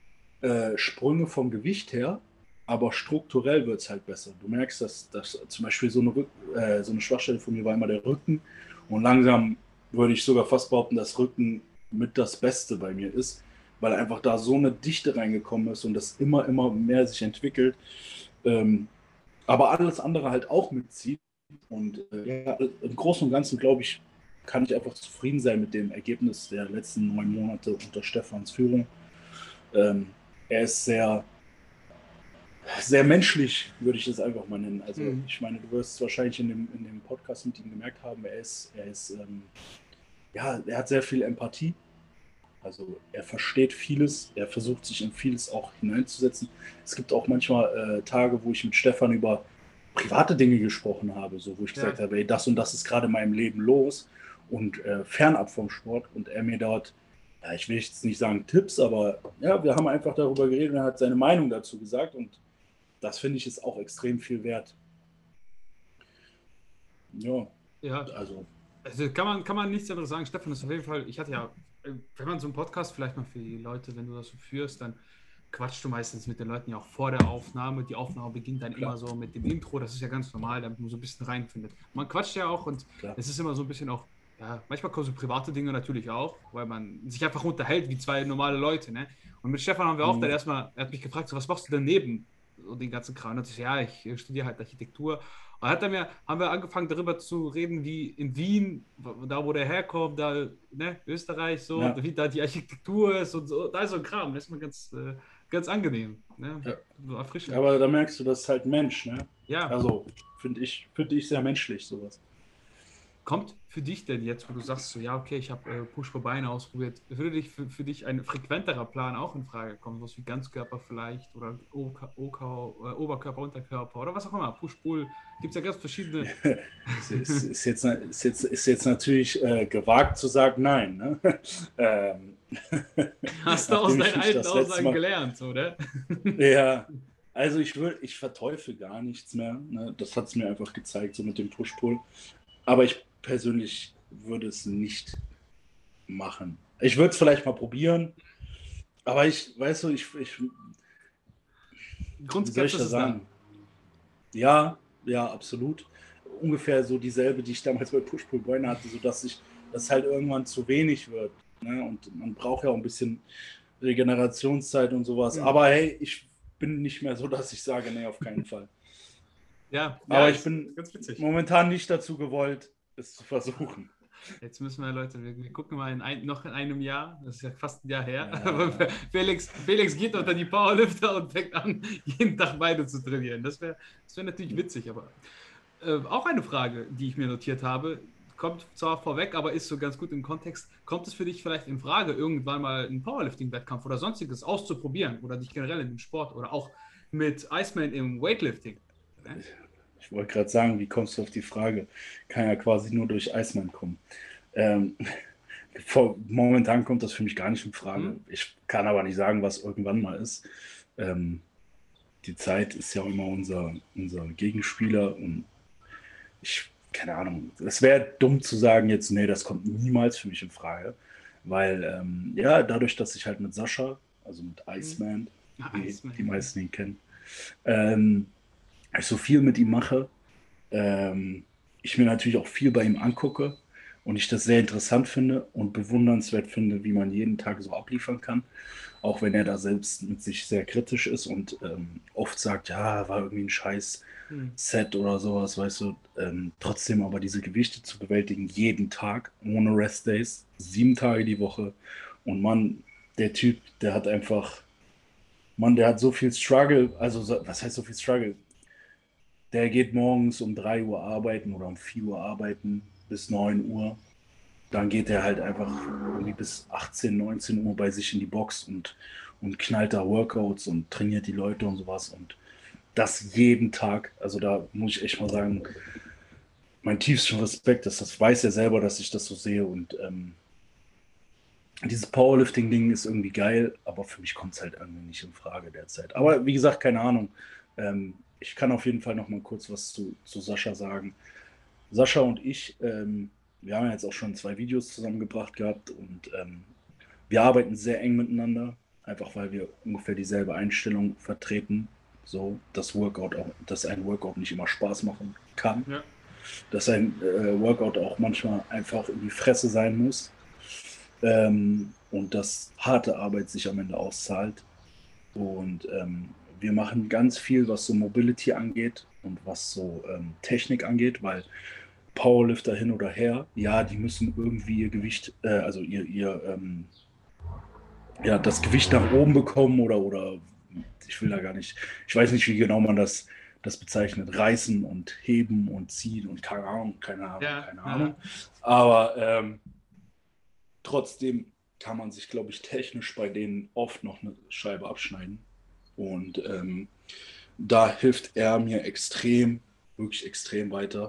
Sprünge vom Gewicht her, aber strukturell wird es halt besser. Du merkst, dass zum Beispiel so eine Schwachstelle von mir war immer der Rücken und langsam würde ich sogar fast behaupten, dass Rücken mit das Beste bei mir ist, weil einfach da so eine Dichte reingekommen ist und das immer mehr sich entwickelt. Ähm, aber alles andere halt auch mitzieht. Und ja, im Großen und Ganzen, glaube ich, kann ich einfach zufrieden sein mit dem Ergebnis der letzten 9 Monate unter Stefans Führung. Ähm, Er ist sehr, sehr menschlich, würde ich es einfach mal nennen. Also Mhm. ich meine, du wirst es wahrscheinlich in dem Podcast mit ihm gemerkt haben, ja, er hat sehr viel Empathie. Also er versteht vieles, er versucht sich in vieles auch hineinzusetzen. Es gibt auch manchmal Tage, wo ich mit Stefan über private Dinge gesprochen habe, so wo ich gesagt Ja, habe, ey, das und das ist gerade in meinem Leben los und fernab vom Sport und er mir dort, ja, ich will jetzt nicht sagen Tipps, aber ja, wir haben einfach darüber geredet und er hat seine Meinung dazu gesagt und das finde ich ist auch extrem viel wert. Ja, ja. also Also kann man nichts anderes sagen. Stefan ist auf jeden Fall, ich hatte ja, wenn man so einen Podcast vielleicht mal für die Leute, wenn du das so führst, dann quatschst du meistens mit den Leuten ja auch vor der Aufnahme. Die Aufnahme beginnt dann immer klar, so mit dem Intro, das ist ja ganz normal, damit man so ein bisschen reinfindet. Man quatscht ja auch und klar. es ist immer so ein bisschen auch, ja, manchmal kommen so private Dinge natürlich auch, weil man sich einfach unterhält wie zwei normale Leute, ne? Und mit Stefan haben wir auch dann Mhm. erstmal, er hat mich gefragt, so, was machst du denn neben so den ganzen Kram? Und ich so, ja, ich studiere halt Architektur. Und haben wir angefangen darüber zu reden, wie in Wien, da wo der herkommt, da, ne, Österreich, so, Ja, wie da die Architektur ist und so, da ist so ein Kram, das ist mal ganz angenehm, ne? ja. So erfrischend. Aber da merkst du, das ist halt Mensch, ne? Ja, Also finde ich sehr menschlich sowas. kommt für dich denn jetzt, wo du sagst, so, ja, okay, ich habe Push vor Beine ausprobiert, würde dich für dich ein frequenterer Plan auch in Frage kommen, sowas wie Ganzkörper vielleicht oder Oberkörper, Unterkörper oder was auch immer, Push-Pull, gibt es ja ganz verschiedene. Ist jetzt natürlich gewagt zu sagen, nein. Ne? ähm, Hast du aus nachdem ich deinen mich alten das letzte Aussagen Mal, gelernt, oder? ja, also ich verteufel gar nichts mehr. Ne? Das hat es mir einfach gezeigt, so mit dem Push-Pull. Aber ich persönlich würde es nicht machen. Ich würde es vielleicht mal probieren, aber weißt du, wie soll ich das sagen? Ja, absolut. Ungefähr so dieselbe, die ich damals bei Push-Pull-Beine hatte, sodass das halt irgendwann zu wenig wird. Ne? Und man braucht ja auch ein bisschen Regenerationszeit und sowas. Aber hey, ich bin nicht mehr so, dass ich sage, nee, auf keinen Fall. Aber ich bin momentan nicht dazu gewollt, es zu versuchen. Jetzt müssen wir, Leute, wir gucken mal noch in einem Jahr, das ist ja fast ein Jahr her, aber Felix geht unter die Powerlifter und fängt an, jeden Tag Beine zu trainieren. Das wär natürlich witzig, aber auch eine Frage, die ich mir notiert habe, kommt zwar vorweg, aber ist so ganz gut im Kontext. Kommt es für dich vielleicht in Frage, irgendwann mal einen Powerlifting-Wettkampf oder sonstiges auszuprobieren oder dich generell in dem Sport oder auch mit Iceman im Weightlifting? Ich wollte gerade sagen, wie kommst du auf die Frage? Kann ja quasi nur durch Iceman kommen. Momentan kommt das für mich gar nicht in Frage. Ich kann aber nicht sagen, was irgendwann mal ist. Die Zeit ist ja immer unser Gegenspieler und keine Ahnung, es wäre dumm zu sagen jetzt, nee, das kommt niemals für mich in Frage, weil dadurch, dass ich halt mit Sascha, also mit Iceman, wie die meisten ihn kennen, ich so viel mit ihm mache, ich mir natürlich auch viel bei ihm angucke und ich das sehr interessant finde und bewundernswert finde, wie man jeden Tag so abliefern kann, auch wenn er da selbst mit sich sehr kritisch ist und oft sagt, ja, war irgendwie ein scheiß Set oder sowas, weißt du, trotzdem aber diese Gewichte zu bewältigen, jeden Tag, ohne Rest-Days, 7 Tage die Woche und Mann, der Typ, der hat so viel Struggle, also was heißt so viel Struggle? Der geht morgens um 3 Uhr arbeiten oder um 4 Uhr arbeiten bis 9 Uhr. Dann geht er halt einfach irgendwie bis 18, 19 Uhr bei sich in die Box und knallt da Workouts und trainiert die Leute und sowas. Und das jeden Tag. Also da muss ich echt mal sagen, mein tiefsten Respekt, das weiß er selber, dass ich das so sehe. Und dieses Powerlifting-Ding ist irgendwie geil, aber für mich kommt es halt irgendwie nicht in Frage derzeit. Aber wie gesagt, keine Ahnung. Ich kann auf jeden Fall noch mal kurz was zu Sascha sagen. Sascha und ich, wir haben jetzt auch schon 2 Videos zusammengebracht gehabt und wir arbeiten sehr eng miteinander, einfach weil wir ungefähr dieselbe Einstellung vertreten. So, dass ein Workout nicht immer Spaß machen kann. Ja. Dass ein Workout auch manchmal einfach in die Fresse sein muss. Und dass harte Arbeit sich am Ende auszahlt. Und wir machen ganz viel, was so Mobility angeht und was so Technik angeht, weil Powerlifter hin oder her, ja, die müssen irgendwie ihr Gewicht, also das Gewicht nach oben bekommen oder ich will da gar nicht, ich weiß nicht, wie genau man das bezeichnet, reißen und heben und ziehen und keine Ahnung. Aber trotzdem kann man sich, glaube ich, technisch bei denen oft noch eine Scheibe abschneiden. Und da hilft er mir wirklich extrem weiter.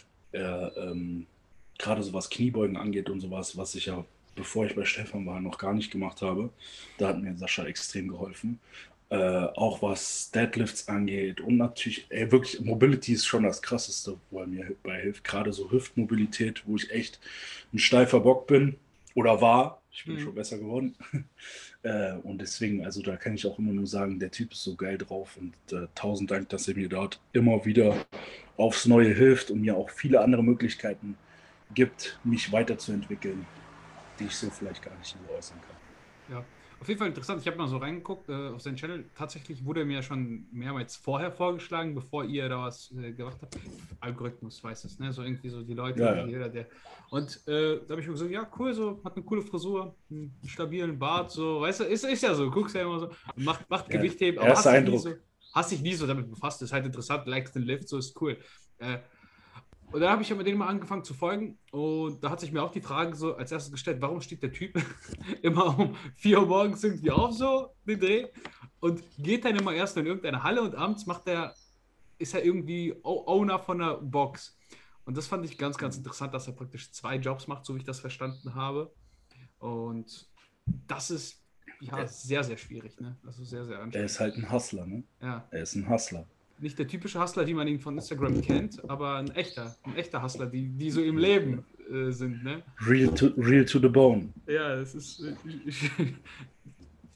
Gerade so was Kniebeugen angeht und sowas, was ich ja, bevor ich bei Stefan war, noch gar nicht gemacht habe. Da hat mir Sascha extrem geholfen. Auch was Deadlifts angeht und natürlich, wirklich, Mobility ist schon das Krasseste, wo er mir bei hilft. Gerade so Hüftmobilität, wo ich echt ein steifer Bock bin oder war. Ich bin schon besser geworden. Und deswegen, also da kann ich auch immer nur sagen, der Typ ist so geil drauf und 1000 Dank, dass er mir dort immer wieder aufs Neue hilft und mir auch viele andere Möglichkeiten gibt, mich weiterzuentwickeln, die ich so vielleicht gar nicht so äußern kann. Ja, auf jeden Fall interessant. Ich habe mal so reingeguckt auf seinen Channel. Tatsächlich wurde er mir schon mehrmals vorher vorgeschlagen, bevor ihr da was gemacht habt. Algorithmus weiß es, ne? So irgendwie so die Leute, ja. Jeder, der. Und da habe ich mir gesagt, ja, cool, so, hat eine coole Frisur, einen stabilen Bart, so, weißt du, ist ja so, guckst ja immer so, macht Gewichtheben, aber hast dich nie so damit befasst, ist halt interessant, likes den Lift, so ist cool. Und dann habe ich mit denen mal angefangen zu folgen und da hat sich mir auch die Frage so als erstes gestellt, warum steht der Typ immer um 4 Uhr morgens irgendwie auf, so den Dreh, und geht dann immer erst in irgendeine Halle und abends ist er irgendwie Owner von einer Box. Und das fand ich ganz, ganz interessant, dass er praktisch 2 Jobs macht, so wie ich das verstanden habe. Und das ist sehr, sehr schwierig, ne? Also sehr, sehr anstrengend. Er ist halt ein Hustler, ne? Ja. Er ist ein Hustler. Nicht der typische Hustler, wie man ihn von Instagram kennt, aber ein echter Hustler, die so im Leben sind, ne? Real to the bone. Ja, das ist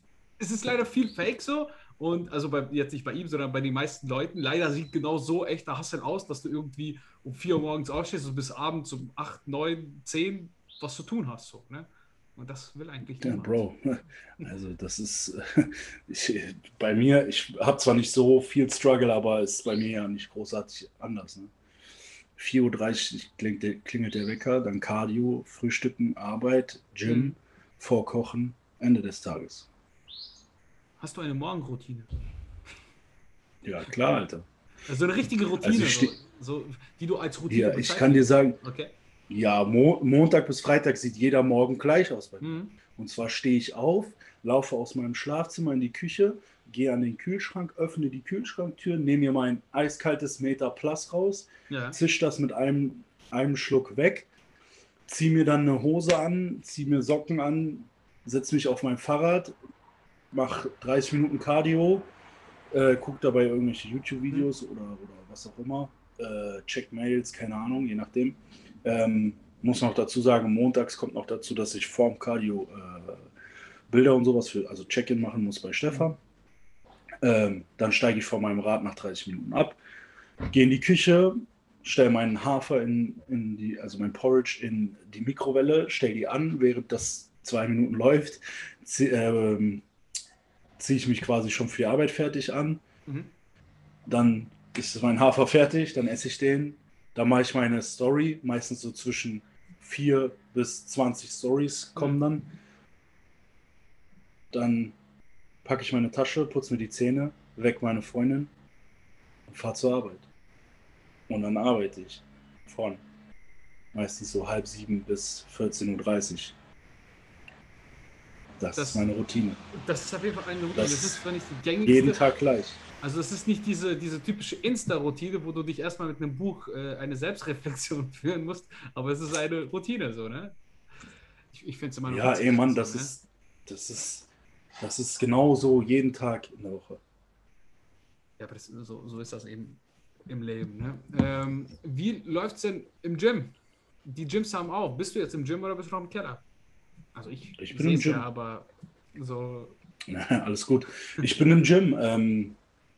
es ist leider viel Fake so. Und also jetzt nicht bei ihm, sondern bei den meisten Leuten. Leider sieht genau so echter Hustle aus, dass du irgendwie um 4 Uhr morgens aufstehst und bis abends um 8, 9, 10 was zu tun hast. So, ne? Und das will eigentlich Ja, niemand. Bro, also das ist bei mir, ich habe zwar nicht so viel Struggle, aber es ist bei mir ja nicht großartig anders. Ne? 4:30 Uhr klingelt der Wecker, dann Cardio, Frühstücken, Arbeit, Gym, Vorkochen, Ende des Tages. Hast du eine Morgenroutine? Ja, klar, Alter. Also eine richtige Routine, Also ich steh, so, die du als Routine ja, ich kann dir bezeichnest. sagen, Okay. ja, Montag bis Freitag sieht jeder Morgen gleich aus bei mir. Mhm. Und zwar stehe ich auf, laufe aus meinem Schlafzimmer in die Küche, gehe an den Kühlschrank, öffne die Kühlschranktür, nehme mir mein eiskaltes Meter Plus raus, Ja. zisch das mit einem Schluck weg, ziehe mir dann eine Hose an, ziehe mir Socken an, setze mich auf mein Fahrrad, mache 30 Minuten Cardio, gucke dabei irgendwelche YouTube-Videos oder was auch immer, check Mails, keine Ahnung, je nachdem. Muss noch dazu sagen, montags kommt noch dazu, dass ich vorm Cardio Bilder und sowas also Check-in machen muss bei Stefan. Dann steige ich von meinem Rad nach 30 Minuten ab, gehe in die Küche, stelle meinen Hafer also mein Porridge in die Mikrowelle, stelle die an, während das 2 Minuten läuft, ziehe ich mich quasi schon für die Arbeit fertig an. Mhm. Dann ist mein Hafer fertig, dann esse ich den. Dann mache ich meine Story, meistens so zwischen 4 bis 20 Stories kommen dann. Dann packe ich meine Tasche, putze mir die Zähne, weck meine Freundin und fahre zur Arbeit. Und dann arbeite ich von meistens so 6:30 bis 14:30 Uhr. Das ist meine Routine. Das ist auf jeden Fall eine Routine. Das ist zwar nicht die gängigste. Jeden Tag gleich. Also es ist nicht diese typische Insta-Routine, wo du dich erstmal mit einem Buch eine Selbstreflexion führen musst, aber es ist eine Routine so, ne? Ich finde es immer noch Ja, witzig, ey Mann, so, das ist genauso jeden Tag in der Woche. Ja, aber so ist das eben im Leben, ne? Wie läuft es denn im Gym? Die Gyms haben auch. Bist du jetzt im Gym oder bist du noch im Keller? Also ich bin im Gym. Ja, aber so... Alles gut. Ich bin im Gym.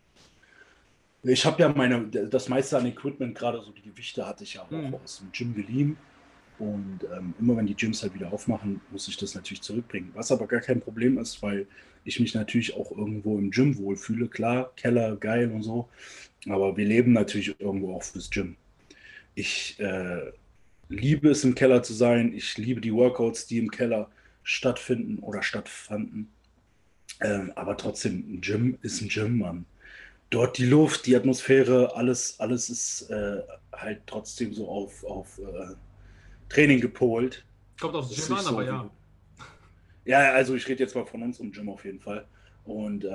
Ich habe ja das meiste an Equipment, gerade so die Gewichte hatte ich ja auch aus dem Gym geliehen. Und immer wenn die Gyms halt wieder aufmachen, muss ich das natürlich zurückbringen. Was aber gar kein Problem ist, weil ich mich natürlich auch irgendwo im Gym wohlfühle. Klar, Keller, geil und so. Aber wir leben natürlich irgendwo auch fürs Gym. Ich liebe es, im Keller zu sein. Ich liebe die Workouts, die im Keller stattfinden oder stattfanden. Aber trotzdem, ein Gym ist ein Gym, Mann. Dort die Luft, die Atmosphäre, alles ist halt trotzdem so auf Training gepolt. Kommt aus dem Gym an, aber ja. Ja, also ich rede jetzt mal von uns im Gym auf jeden Fall. Und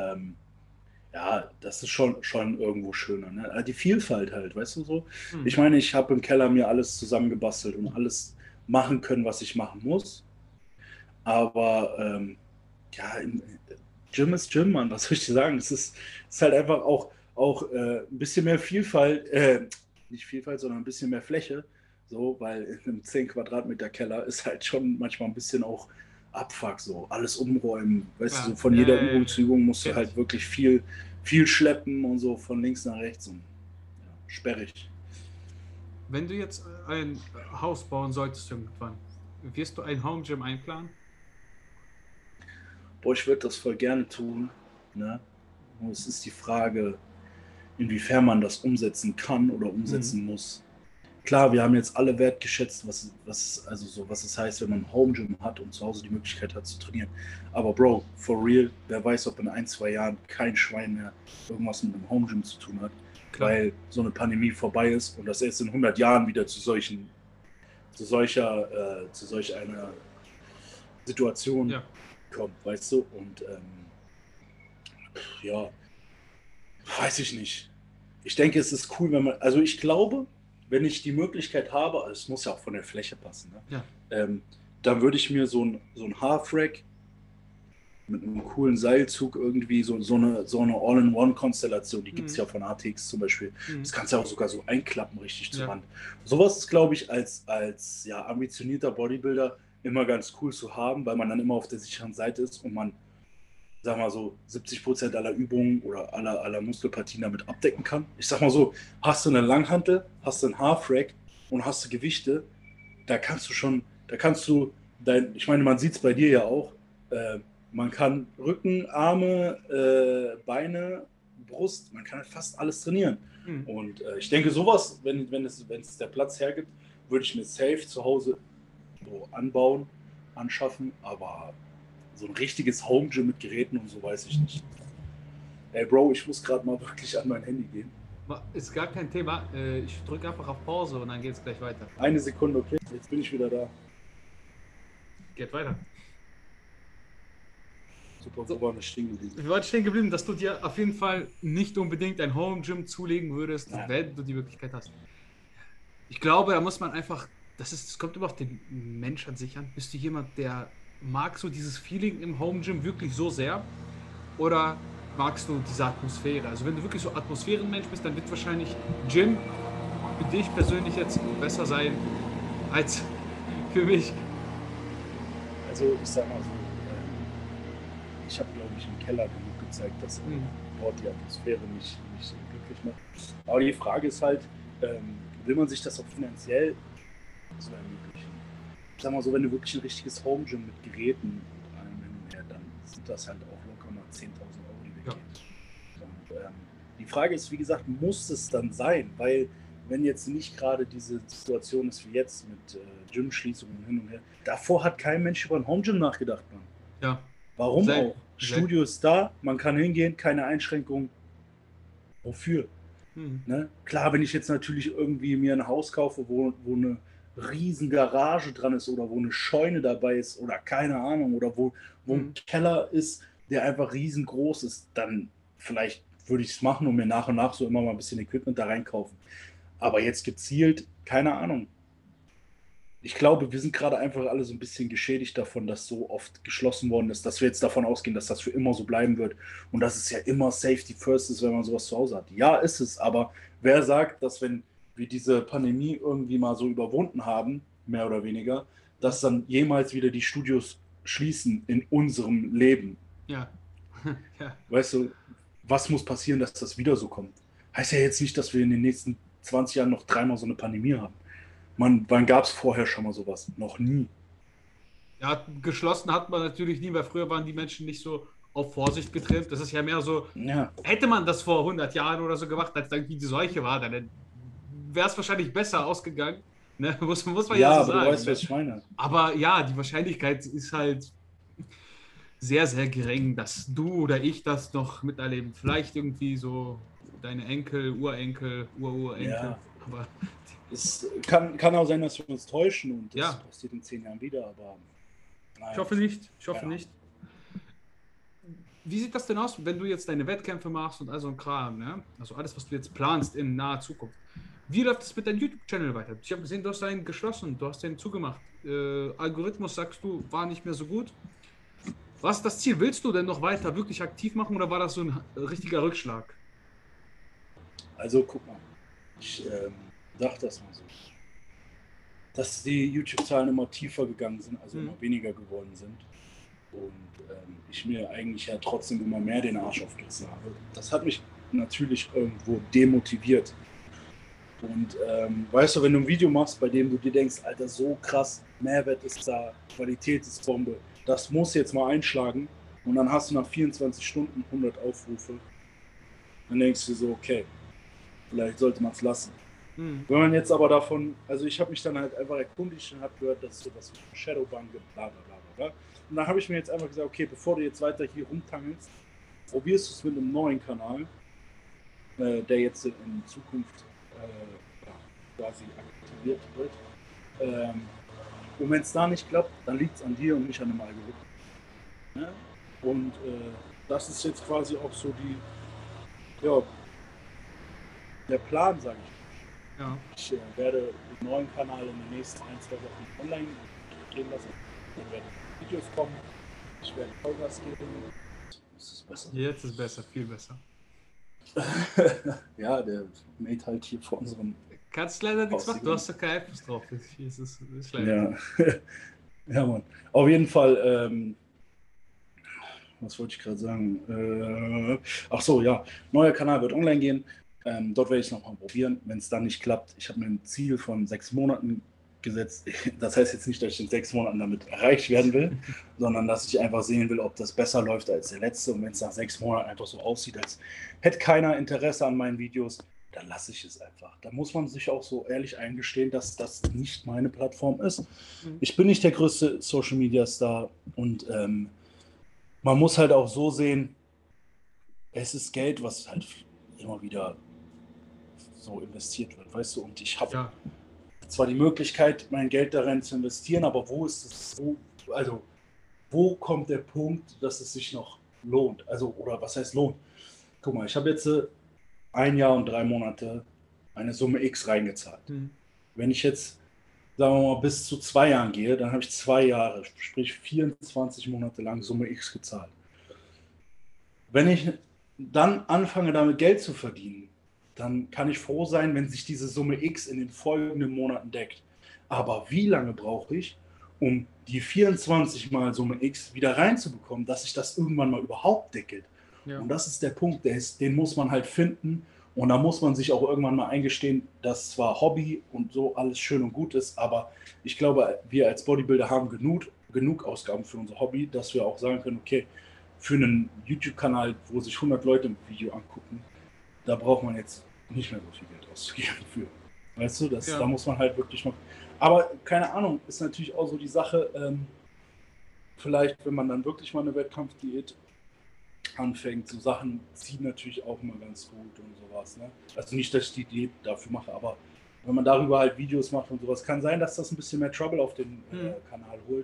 ja, das ist schon irgendwo schöner. Ne? Die Vielfalt halt, weißt du so? Ich meine, ich habe im Keller mir alles zusammengebastelt und alles machen können, was ich machen muss. Aber ja, Gym ist Gym, Mann, was soll ich dir sagen? Es ist halt einfach auch ein bisschen mehr Vielfalt, nicht Vielfalt, sondern ein bisschen mehr Fläche. So, weil in einem 10 Quadratmeter Keller ist halt schon manchmal ein bisschen auch Abfuck, so alles umräumen. Weißt du, so von jeder Übung zu Übung musst du halt wirklich viel schleppen und so von links nach rechts und ja, sperrig. Wenn du jetzt ein Haus bauen solltest irgendwann, wirst du ein Home Gym einplanen? Boah, ich würde das voll gerne tun. Ne? Und es ist die Frage, inwiefern man das umsetzen kann oder umsetzen muss. Klar, wir haben jetzt alle wertgeschätzt, was es heißt, wenn man ein Home Gym hat und zu Hause die Möglichkeit hat zu trainieren. Aber Bro, for real, wer weiß, ob in 1-2 Jahren kein Schwein mehr irgendwas mit einem Home Gym zu tun hat, weil so eine Pandemie vorbei ist und das erst in 100 Jahren wieder zu solch einer Situation kommt, weißt du? Und ja, weiß ich nicht. Ich denke, es ist cool, wenn man, also ich glaube, wenn ich die Möglichkeit habe, also es muss ja auch von der Fläche passen, ne? Ja. Dann würde ich mir so ein Half-Rack mit einem coolen Seilzug irgendwie, so eine All-in-One-Konstellation, die gibt es ja von ATX zum Beispiel. Das kannst du ja auch sogar so einklappen, richtig zur Wand. Sowas ist, glaube ich, als ja, ambitionierter Bodybuilder immer ganz cool zu haben, weil man dann immer auf der sicheren Seite ist und man sag mal so, 70% aller Übungen oder aller Muskelpartien damit abdecken kann. Ich sag mal so, hast du eine Langhantel, hast du einen Half-Rack und hast du Gewichte, ich meine, man sieht es bei dir ja auch, man kann Rücken, Arme, Beine, Brust, man kann fast alles trainieren. Und ich denke, sowas, wenn es der Platz hergibt, würde ich mir safe zu Hause so anschaffen, aber so ein richtiges Home-Gym mit Geräten und so weiß ich nicht. Ey, Bro, ich muss gerade mal wirklich an mein Handy gehen. Ist gar kein Thema. Ich drücke einfach auf Pause und dann geht es gleich weiter. Eine Sekunde, okay? Jetzt bin ich wieder da. Geht weiter. Super, wo waren wir stehen geblieben? Wir waren stehen geblieben, dass du dir auf jeden Fall nicht unbedingt ein Home-Gym zulegen würdest, wenn du die Möglichkeit hast. Ich glaube, da muss man einfach, das kommt immer auf den Mensch an sich an. Bist du jemand, der mag so dieses Feeling im Home-Gym wirklich so sehr? Oder magst du diese Atmosphäre? Also wenn du wirklich so Atmosphärenmensch bist, dann wird wahrscheinlich Gym für dich persönlich jetzt besser sein als für mich. Also ich sag mal so, ich habe, glaube ich, im Keller genug gezeigt, dass dort die Atmosphäre nicht glücklich macht. Aber die Frage ist halt, will man sich das auch finanziell so ermöglichen? Ich sag mal so, wenn du wirklich ein richtiges Home-Gym mit Geräten und allem hin und her, dann sind das halt auch locker mal 10.000 Euro, die weggehen. Ja. Und die Frage ist, wie gesagt, muss es dann sein? Weil wenn jetzt nicht gerade diese Situation ist wie jetzt mit Gym-Schließungen hin und her, davor hat kein Mensch über ein Home-Gym nachgedacht, Mann. Ja. Warum auch? Studio ist da, man kann hingehen, keine Einschränkungen. Wofür? Ne? Klar, wenn ich jetzt natürlich irgendwie mir ein Haus kaufe, wo eine riesen Garage dran ist oder wo eine Scheune dabei ist oder keine Ahnung, oder wo ein Keller ist, der einfach riesengroß ist, dann vielleicht würde ich es machen und mir nach und nach so immer mal ein bisschen Equipment da reinkaufen. Aber jetzt gezielt, keine Ahnung. Ich glaube, wir sind gerade einfach alle so ein bisschen geschädigt davon, dass so oft geschlossen worden ist, dass wir jetzt davon ausgehen, dass das für immer so bleiben wird und dass es ja immer Safety First ist, wenn man sowas zu Hause hat. Ja, ist es, aber wer sagt, dass wenn wir diese Pandemie irgendwie mal so überwunden haben, mehr oder weniger, dass dann jemals wieder die Studios schließen in unserem Leben? Ja. Ja. Weißt du, was muss passieren, dass das wieder so kommt? Heißt ja jetzt nicht, dass wir in den nächsten 20 Jahren noch 3-mal so eine Pandemie haben. Wann gab es vorher schon mal sowas? Noch nie. Ja, geschlossen hat man natürlich nie, weil früher waren die Menschen nicht so auf Vorsicht getrimmt. Das ist ja mehr so, hätte man das vor 100 Jahren oder so gemacht, als irgendwie die Seuche war, dann wäre es wahrscheinlich besser ausgegangen. Ne? Muss man ja so sagen. Du weißt, was ich meine. Aber ja, die Wahrscheinlichkeit ist halt sehr, sehr gering, dass du oder ich das noch miterleben. Vielleicht irgendwie so deine Enkel, Urenkel, Ururenkel. Ja. Aber es kann auch sein, dass wir uns täuschen und das passiert in 10 Jahren wieder, aber nein. Ich hoffe nicht. Nicht. Wie sieht das denn aus, wenn du jetzt deine Wettkämpfe machst und all so ein Kram, ne? Also alles, was du jetzt planst in naher Zukunft? Wie läuft es mit deinem YouTube-Channel weiter? Ich habe gesehen, du hast einen geschlossen, du hast den zugemacht. Algorithmus, sagst du, war nicht mehr so gut. Was ist das Ziel? Willst du denn noch weiter wirklich aktiv machen oder war das so ein richtiger Rückschlag? Also guck mal, ich dachte das mal so, dass die YouTube-Zahlen immer tiefer gegangen sind, also immer weniger geworden sind und ich mir eigentlich ja trotzdem immer mehr den Arsch aufgerissen habe. Das hat mich natürlich irgendwo demotiviert. Und weißt du, wenn du ein Video machst, bei dem du dir denkst, Alter, so krass, Mehrwert ist da, Qualität ist Bombe, das muss jetzt mal einschlagen und dann hast du nach 24 Stunden 100 Aufrufe, dann denkst du so, okay, vielleicht sollte man es lassen. Wenn man jetzt aber davon, also ich habe mich dann halt einfach erkundigt und habe gehört, dass es sowas wie Shadowban gibt, bla bla bla bla. Und dann habe ich mir jetzt einfach gesagt, okay, bevor du jetzt weiter hier rumtangelst, probierst du es mit einem neuen Kanal, der jetzt in Zukunft quasi aktiviert wird. Und wenn es da nicht klappt, dann liegt es an dir und nicht an dem Algorithmus. Ja? Und das ist jetzt quasi auch so der Plan, sage ich. Ja. Ich werde den neuen Kanal in den nächsten 1-2 Wochen online gehen lassen. Dann werden Videos kommen. Ich werde Vollgas geben. Das ist besser. Jetzt ist besser, viel besser. Ja, der Mate halt hier vor unserem. Kannst leider nichts machen, du hast da keinen Einfluss drauf. Das ist leider. Ja. Ja, Mann. Auf jeden Fall Was wollte ich gerade sagen? Ach so, ja. Neuer Kanal wird online gehen. Dort werde ich es nochmal probieren. Wenn es dann nicht klappt, ich habe mir ein Ziel von 6 Monaten gesetzt. Das heißt jetzt nicht, dass ich in 6 Monaten damit erreicht werden will, sondern dass ich einfach sehen will, ob das besser läuft als der letzte. Und wenn es nach 6 Monaten einfach so aussieht, als hätte keiner Interesse an meinen Videos, dann lasse ich es einfach. Da muss man sich auch so ehrlich eingestehen, dass das nicht meine Plattform ist. Ich bin nicht der größte Social Media Star und man muss halt auch so sehen, es ist Geld, was halt immer wieder so investiert wird, weißt du? Und ich habe Ja, zwar die Möglichkeit, mein Geld darin zu investieren, aber wo kommt der Punkt, dass es sich noch lohnt? Also, oder was heißt lohnt? Guck mal, ich habe jetzt 1 Jahr und 3 Monate eine Summe X reingezahlt. Wenn ich jetzt, sagen wir mal, bis zu 2 Jahren gehe, dann habe ich 2 Jahre, sprich 24 Monate lang Summe X gezahlt. Wenn ich dann anfange, damit Geld zu verdienen, dann kann ich froh sein, wenn sich diese Summe X in den folgenden Monaten deckt. Aber wie lange brauche ich, um die 24 mal Summe X wieder reinzubekommen, dass sich das irgendwann mal überhaupt deckelt? ja. Und das ist der Punkt, den muss man halt finden. Und da muss man sich auch irgendwann mal eingestehen, dass zwar Hobby und so alles schön und gut ist, aber ich glaube, wir als Bodybuilder haben genug Ausgaben für unser Hobby, dass wir auch sagen können, okay, für einen YouTube-Kanal, wo sich 100 Leute im Video angucken, da braucht man jetzt nicht mehr so viel Geld auszugeben für. Weißt du, Ja. da muss man halt wirklich noch. Aber keine Ahnung, ist natürlich auch so die Sache, vielleicht, wenn man dann wirklich mal eine Wettkampfdiät anfängt, so Sachen ziehen natürlich auch immer ganz gut und sowas. Ne? Also nicht, dass ich die Diät dafür mache, aber wenn man darüber halt Videos macht und sowas, kann sein, dass das ein bisschen mehr Trouble auf den Kanal holt.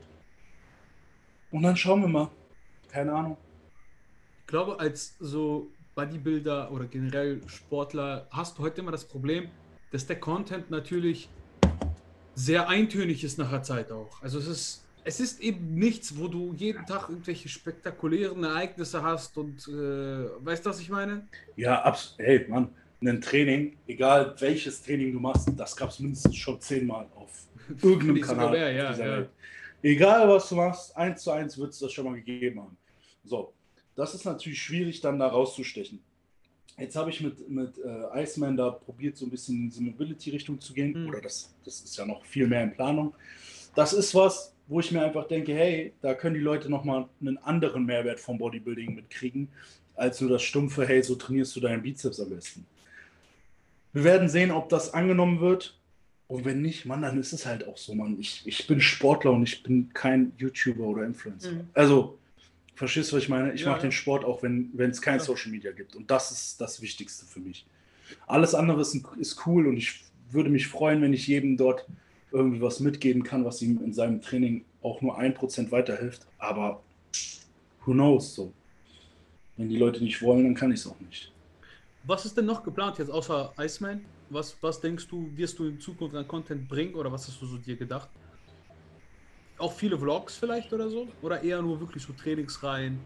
Und dann schauen wir mal. Keine Ahnung. Ich glaube, als so Bodybuilder oder generell Sportler hast du heute immer das Problem, dass der Content natürlich sehr eintönig ist nach der Zeit auch. Also es ist eben nichts, wo du jeden Tag irgendwelche spektakulären Ereignisse hast und weißt du, was ich meine? Ja, hey, Mann, ein Training, egal welches Training du machst, das gab es mindestens schon 10-mal auf irgendeinem Nicht sogar Kanal mehr, auf ja, dieser ja. Welt. Egal, was du machst, 1:1 wird es das schon mal gegeben haben. So, das ist natürlich schwierig, dann da rauszustechen. Jetzt habe ich mit Iceman da probiert, so ein bisschen in diese Mobility-Richtung zu gehen. Oder das ist ja noch viel mehr in Planung. Das ist was, wo ich mir einfach denke, hey, da können die Leute nochmal einen anderen Mehrwert vom Bodybuilding mitkriegen, als nur das stumpfe, hey, so trainierst du deinen Bizeps am besten. Wir werden sehen, ob das angenommen wird. Und wenn nicht, Mann, dann ist es halt auch so, Mann. Ich bin Sportler und ich bin kein YouTuber oder Influencer. Also, verstehst du, was ich meine? Ich mache den Sport auch, wenn es kein Social Media gibt. Und das ist das Wichtigste für mich. Alles andere ist cool und ich würde mich freuen, wenn ich jedem dort irgendwie was mitgeben kann, was ihm in seinem Training auch nur 1% weiterhilft. Aber who knows so. Wenn die Leute nicht wollen, dann kann ich es auch nicht. Was ist denn noch geplant jetzt außer Iceman? Was denkst du, wirst du in Zukunft an Content bringen oder was hast du so dir gedacht? Auch viele Vlogs vielleicht oder so? Oder eher nur wirklich so Trainingsreihen?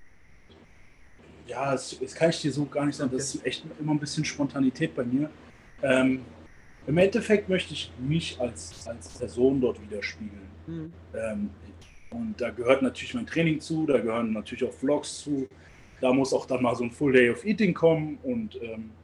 Ja, das kann ich dir so gar nicht sagen. Okay. Das ist echt immer ein bisschen Spontanität bei mir. Im Endeffekt möchte ich mich als Person dort widerspiegeln. Und da gehört natürlich mein Training zu, da gehören natürlich auch Vlogs zu. Da muss auch dann mal so ein Full Day of Eating kommen und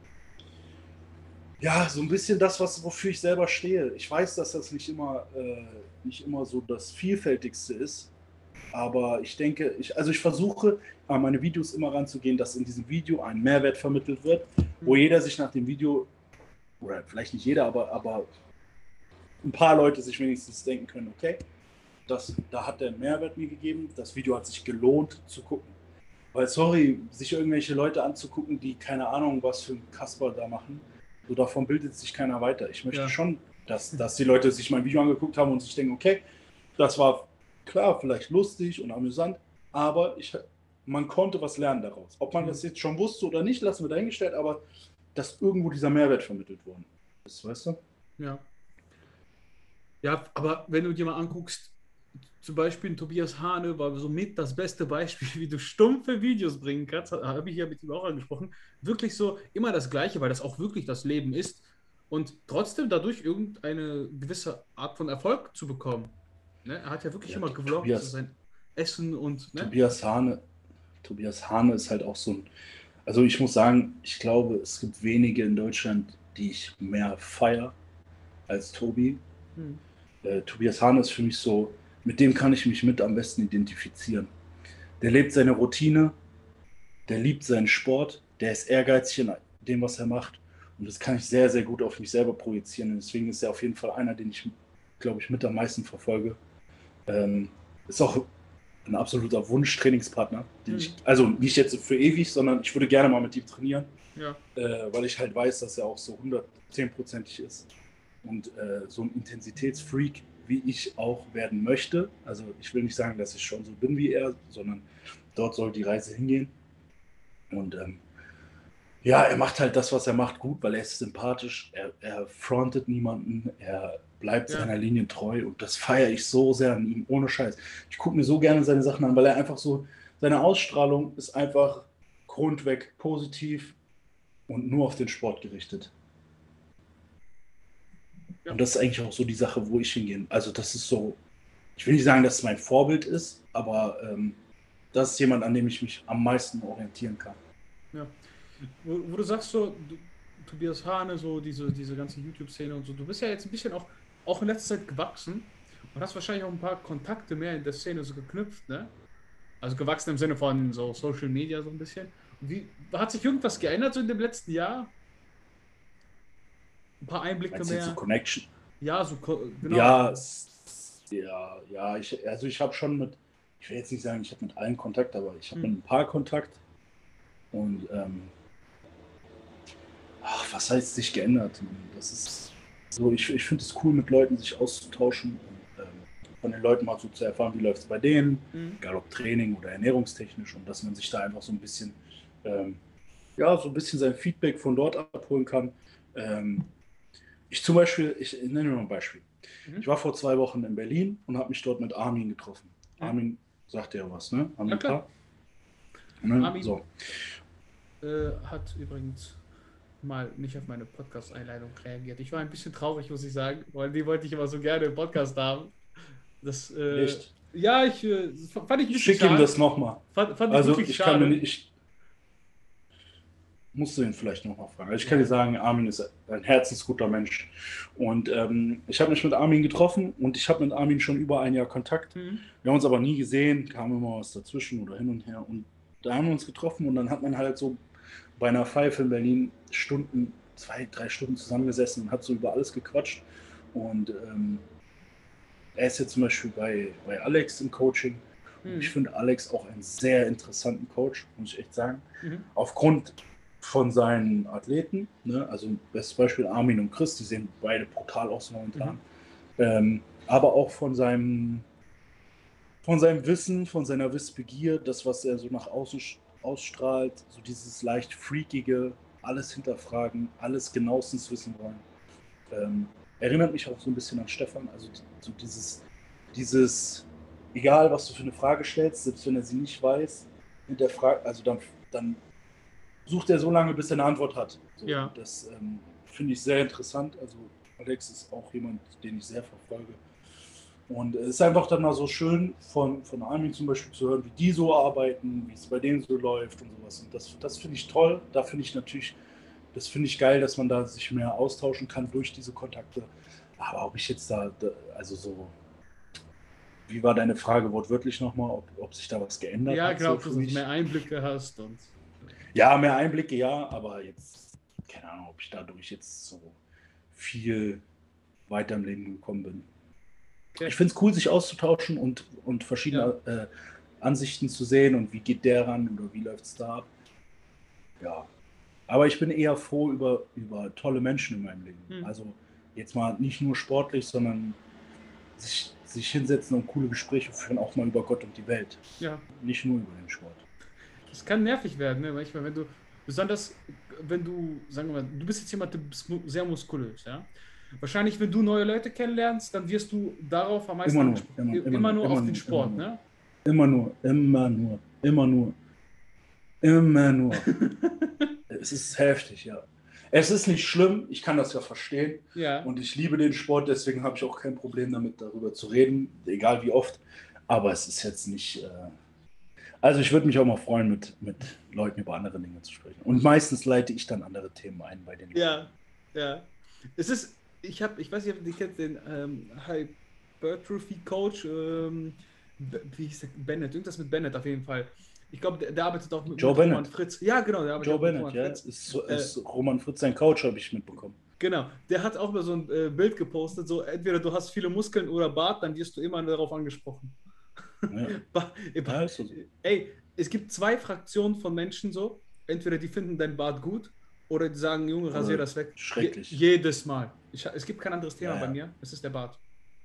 ja, so ein bisschen das, wofür ich selber stehe. Ich weiß, dass das nicht immer so das Vielfältigste ist, aber ich denke, ich versuche, an meine Videos immer ranzugehen, dass in diesem Video ein Mehrwert vermittelt wird, wo jeder sich nach dem Video, oder vielleicht nicht jeder, aber ein paar Leute sich wenigstens denken können, okay, da hat der einen Mehrwert mir gegeben, das Video hat sich gelohnt zu gucken. Weil, sorry, sich irgendwelche Leute anzugucken, die keine Ahnung, was für ein Kasper da machen, so davon bildet sich keiner weiter. Ich möchte schon, dass die Leute sich mein Video angeguckt haben und sich denken, okay, das war klar, vielleicht lustig und amüsant, aber man konnte was lernen daraus. Ob man das jetzt schon wusste oder nicht, lassen wir dahingestellt, aber dass irgendwo dieser Mehrwert vermittelt worden ist, weißt du? Ja. Ja, aber wenn du dir mal anguckst, zum Beispiel Tobias Hane war somit das beste Beispiel, wie du stumpfe Videos bringen kannst, habe ich ja mit ihm auch angesprochen, wirklich so immer das Gleiche, weil das auch wirklich das Leben ist und trotzdem dadurch irgendeine gewisse Art von Erfolg zu bekommen. Ne? Er hat ja wirklich immer gevloggt, so sein Essen und... Ne? Tobias Hane Tobias Hane ist halt auch so ein, also ich muss sagen, ich glaube, es gibt wenige in Deutschland, die ich mehr feiere als Tobi. Hm. Tobias Hane ist für mich so, mit dem kann ich mich mit am besten identifizieren. Der lebt seine Routine, der liebt seinen Sport, der ist ehrgeizig in dem, was er macht. Und das kann ich sehr, sehr gut auf mich selber projizieren. Und deswegen ist er auf jeden Fall einer, den ich, glaube ich, mit am meisten verfolge. Ist auch ein absoluter Wunsch-Trainingspartner, den ich, also nicht jetzt für ewig, sondern ich würde gerne mal mit ihm trainieren, Ja. weil ich halt weiß, dass er auch so 110%ig ist und so ein Intensitätsfreak, wie ich auch werden möchte. Also ich will nicht sagen, dass ich schon so bin wie er, sondern dort soll die Reise hingehen. Und ja, er macht halt das, was er macht, gut, weil er ist sympathisch, er frontet niemanden, er bleibt Ja. seiner Linie treu und das feiere ich so sehr an ihm, ohne Scheiß. Ich gucke mir so gerne seine Sachen an, weil er einfach so, seine Ausstrahlung ist einfach grundweg positiv und nur auf den Sport gerichtet. Ja. Und das ist eigentlich auch so die Sache, wo ich hingehe. Also das ist so, ich will nicht sagen, dass es mein Vorbild ist, aber das ist jemand, an dem ich mich am meisten orientieren kann. Ja. Wo du sagst so, Tobias Hane, so diese ganze YouTube-Szene und so, du bist ja jetzt ein bisschen auch in letzter Zeit gewachsen und hast wahrscheinlich auch ein paar Kontakte mehr in der Szene so geknüpft, ne? Also gewachsen im Sinne von so Social Media so ein bisschen. Und hat sich irgendwas geändert so in dem letzten Jahr? Ein paar Einblicke Meinst du jetzt so mehr? Connection? Ja, genau. Ja, ja, ich habe schon mit, ich will jetzt nicht sagen, ich habe mit allen Kontakt, aber ich habe mit ein paar Kontakt. Und was heißt sich geändert? Das ist so, ich finde es cool, mit Leuten sich auszutauschen und von den Leuten mal so zu erfahren, wie läuft es bei denen, egal ob Training oder ernährungstechnisch, und dass man sich da einfach so ein bisschen, ja, so ein bisschen sein Feedback von dort abholen kann. Ich zum Beispiel, ich nenne mir mal ein Beispiel. Ich war vor 2 Wochen in Berlin und habe mich dort mit Armin getroffen. Armin sagt ja was, ne? Ja, klar. Ne? Armin So. hat übrigens mal nicht auf meine Podcast-Einladung reagiert. Ich war ein bisschen traurig, muss ich sagen, weil die wollte ich immer so gerne im Podcast haben. Das, Echt? ja, fand ich ein bisschen Schick ihm schade. das nochmal. Fand ich Also wirklich ich schade. kann mir nicht, ich musst du ihn vielleicht nochmal fragen. Also ich kann dir sagen, Armin ist ein herzensguter Mensch. Und ich habe mich mit Armin getroffen und ich habe mit Armin schon über ein Jahr Kontakt. Wir haben uns aber nie gesehen, kam immer was dazwischen oder hin und her. Und da haben wir uns getroffen und dann hat man halt so bei einer Pfeife in Berlin Stunden, 2, 3 Stunden zusammengesessen und hat so über alles gequatscht. Und er ist jetzt zum Beispiel bei Alex im Coaching. Und ich finde Alex auch einen sehr interessanten Coach, muss ich echt sagen. Aufgrund von seinen Athleten, ne? Also bestes Beispiel Armin und Chris, die sehen beide brutal aus momentan. Aber auch von seinem Wissen, von seiner Wissbegier, das, was er so nach außen ausstrahlt, so dieses leicht freakige, alles hinterfragen, alles genauestens wissen wollen. Erinnert mich auch so ein bisschen an Stefan, also so dieses, egal was du für eine Frage stellst, selbst wenn er sie nicht weiß, hinterfragt, also dann sucht er so lange, bis er eine Antwort hat. So, Ja. das finde ich sehr interessant. Also Alex ist auch jemand, den ich sehr verfolge. Und es ist einfach dann mal so schön von Armin zum Beispiel zu hören, wie die so arbeiten, wie es bei denen so läuft und sowas. Und das finde ich toll. Da finde ich natürlich, das finde ich geil, dass man da sich mehr austauschen kann durch diese Kontakte. Aber ob ich jetzt also so, wie war deine Frage wortwörtlich nochmal, ob sich da was geändert Ja, hat? genau, So dass du mehr Einblicke hast und. Ja, mehr Einblicke, ja, aber jetzt, keine Ahnung, ob ich dadurch jetzt so viel weiter im Leben gekommen bin. Okay. Ich finde es cool, sich auszutauschen und verschiedene Ansichten zu sehen und wie geht der ran oder wie läuft es da ab. Ja, aber ich bin eher froh über tolle Menschen in meinem Leben. Also jetzt mal nicht nur sportlich, sondern sich hinsetzen und coole Gespräche führen, auch mal über Gott und die Welt. Ja. Nicht nur über den Sport. Das kann nervig werden, ne? Manchmal, wenn du, sagen wir mal, du bist jetzt jemand, der sehr muskulös, ja? Wahrscheinlich, wenn du neue Leute kennenlernst, dann wirst du darauf am meisten immer nur auf den Sport, ne? Immer nur. Es ist heftig, ja. Es ist nicht schlimm, ich kann das ja verstehen. Ja. Und ich liebe den Sport, deswegen habe ich auch kein Problem damit, darüber zu reden, egal wie oft. Aber es ist jetzt nicht. Also ich würde mich auch mal freuen, mit Leuten über andere Dinge zu sprechen. Und meistens leite ich dann andere Themen ein bei den Leuten. Ja, ja. Es ist, ich weiß nicht, ob ihr kennt den Hypertrophy Coach, wie hieß der? Bennett, irgendwas mit Bennett auf jeden Fall. Ich glaube, der arbeitet auch Joe mit Bennett. Roman Fritz. Ja, genau, der arbeitet Joe auch mit Bennett, Roman ja, Fritz. ist Roman Fritz sein Coach, habe ich mitbekommen. Genau, der hat auch mal so ein Bild gepostet, so entweder du hast viele Muskeln oder Bart, dann wirst du immer darauf angesprochen. Ja. Ja, ist so. Ey, es gibt zwei Fraktionen von Menschen so, entweder die finden dein Bart gut oder die sagen, Junge, rasier das weg. Schrecklich. Jedes Mal. Es gibt kein anderes Thema Ja, bei ja. mir, es ist der Bart.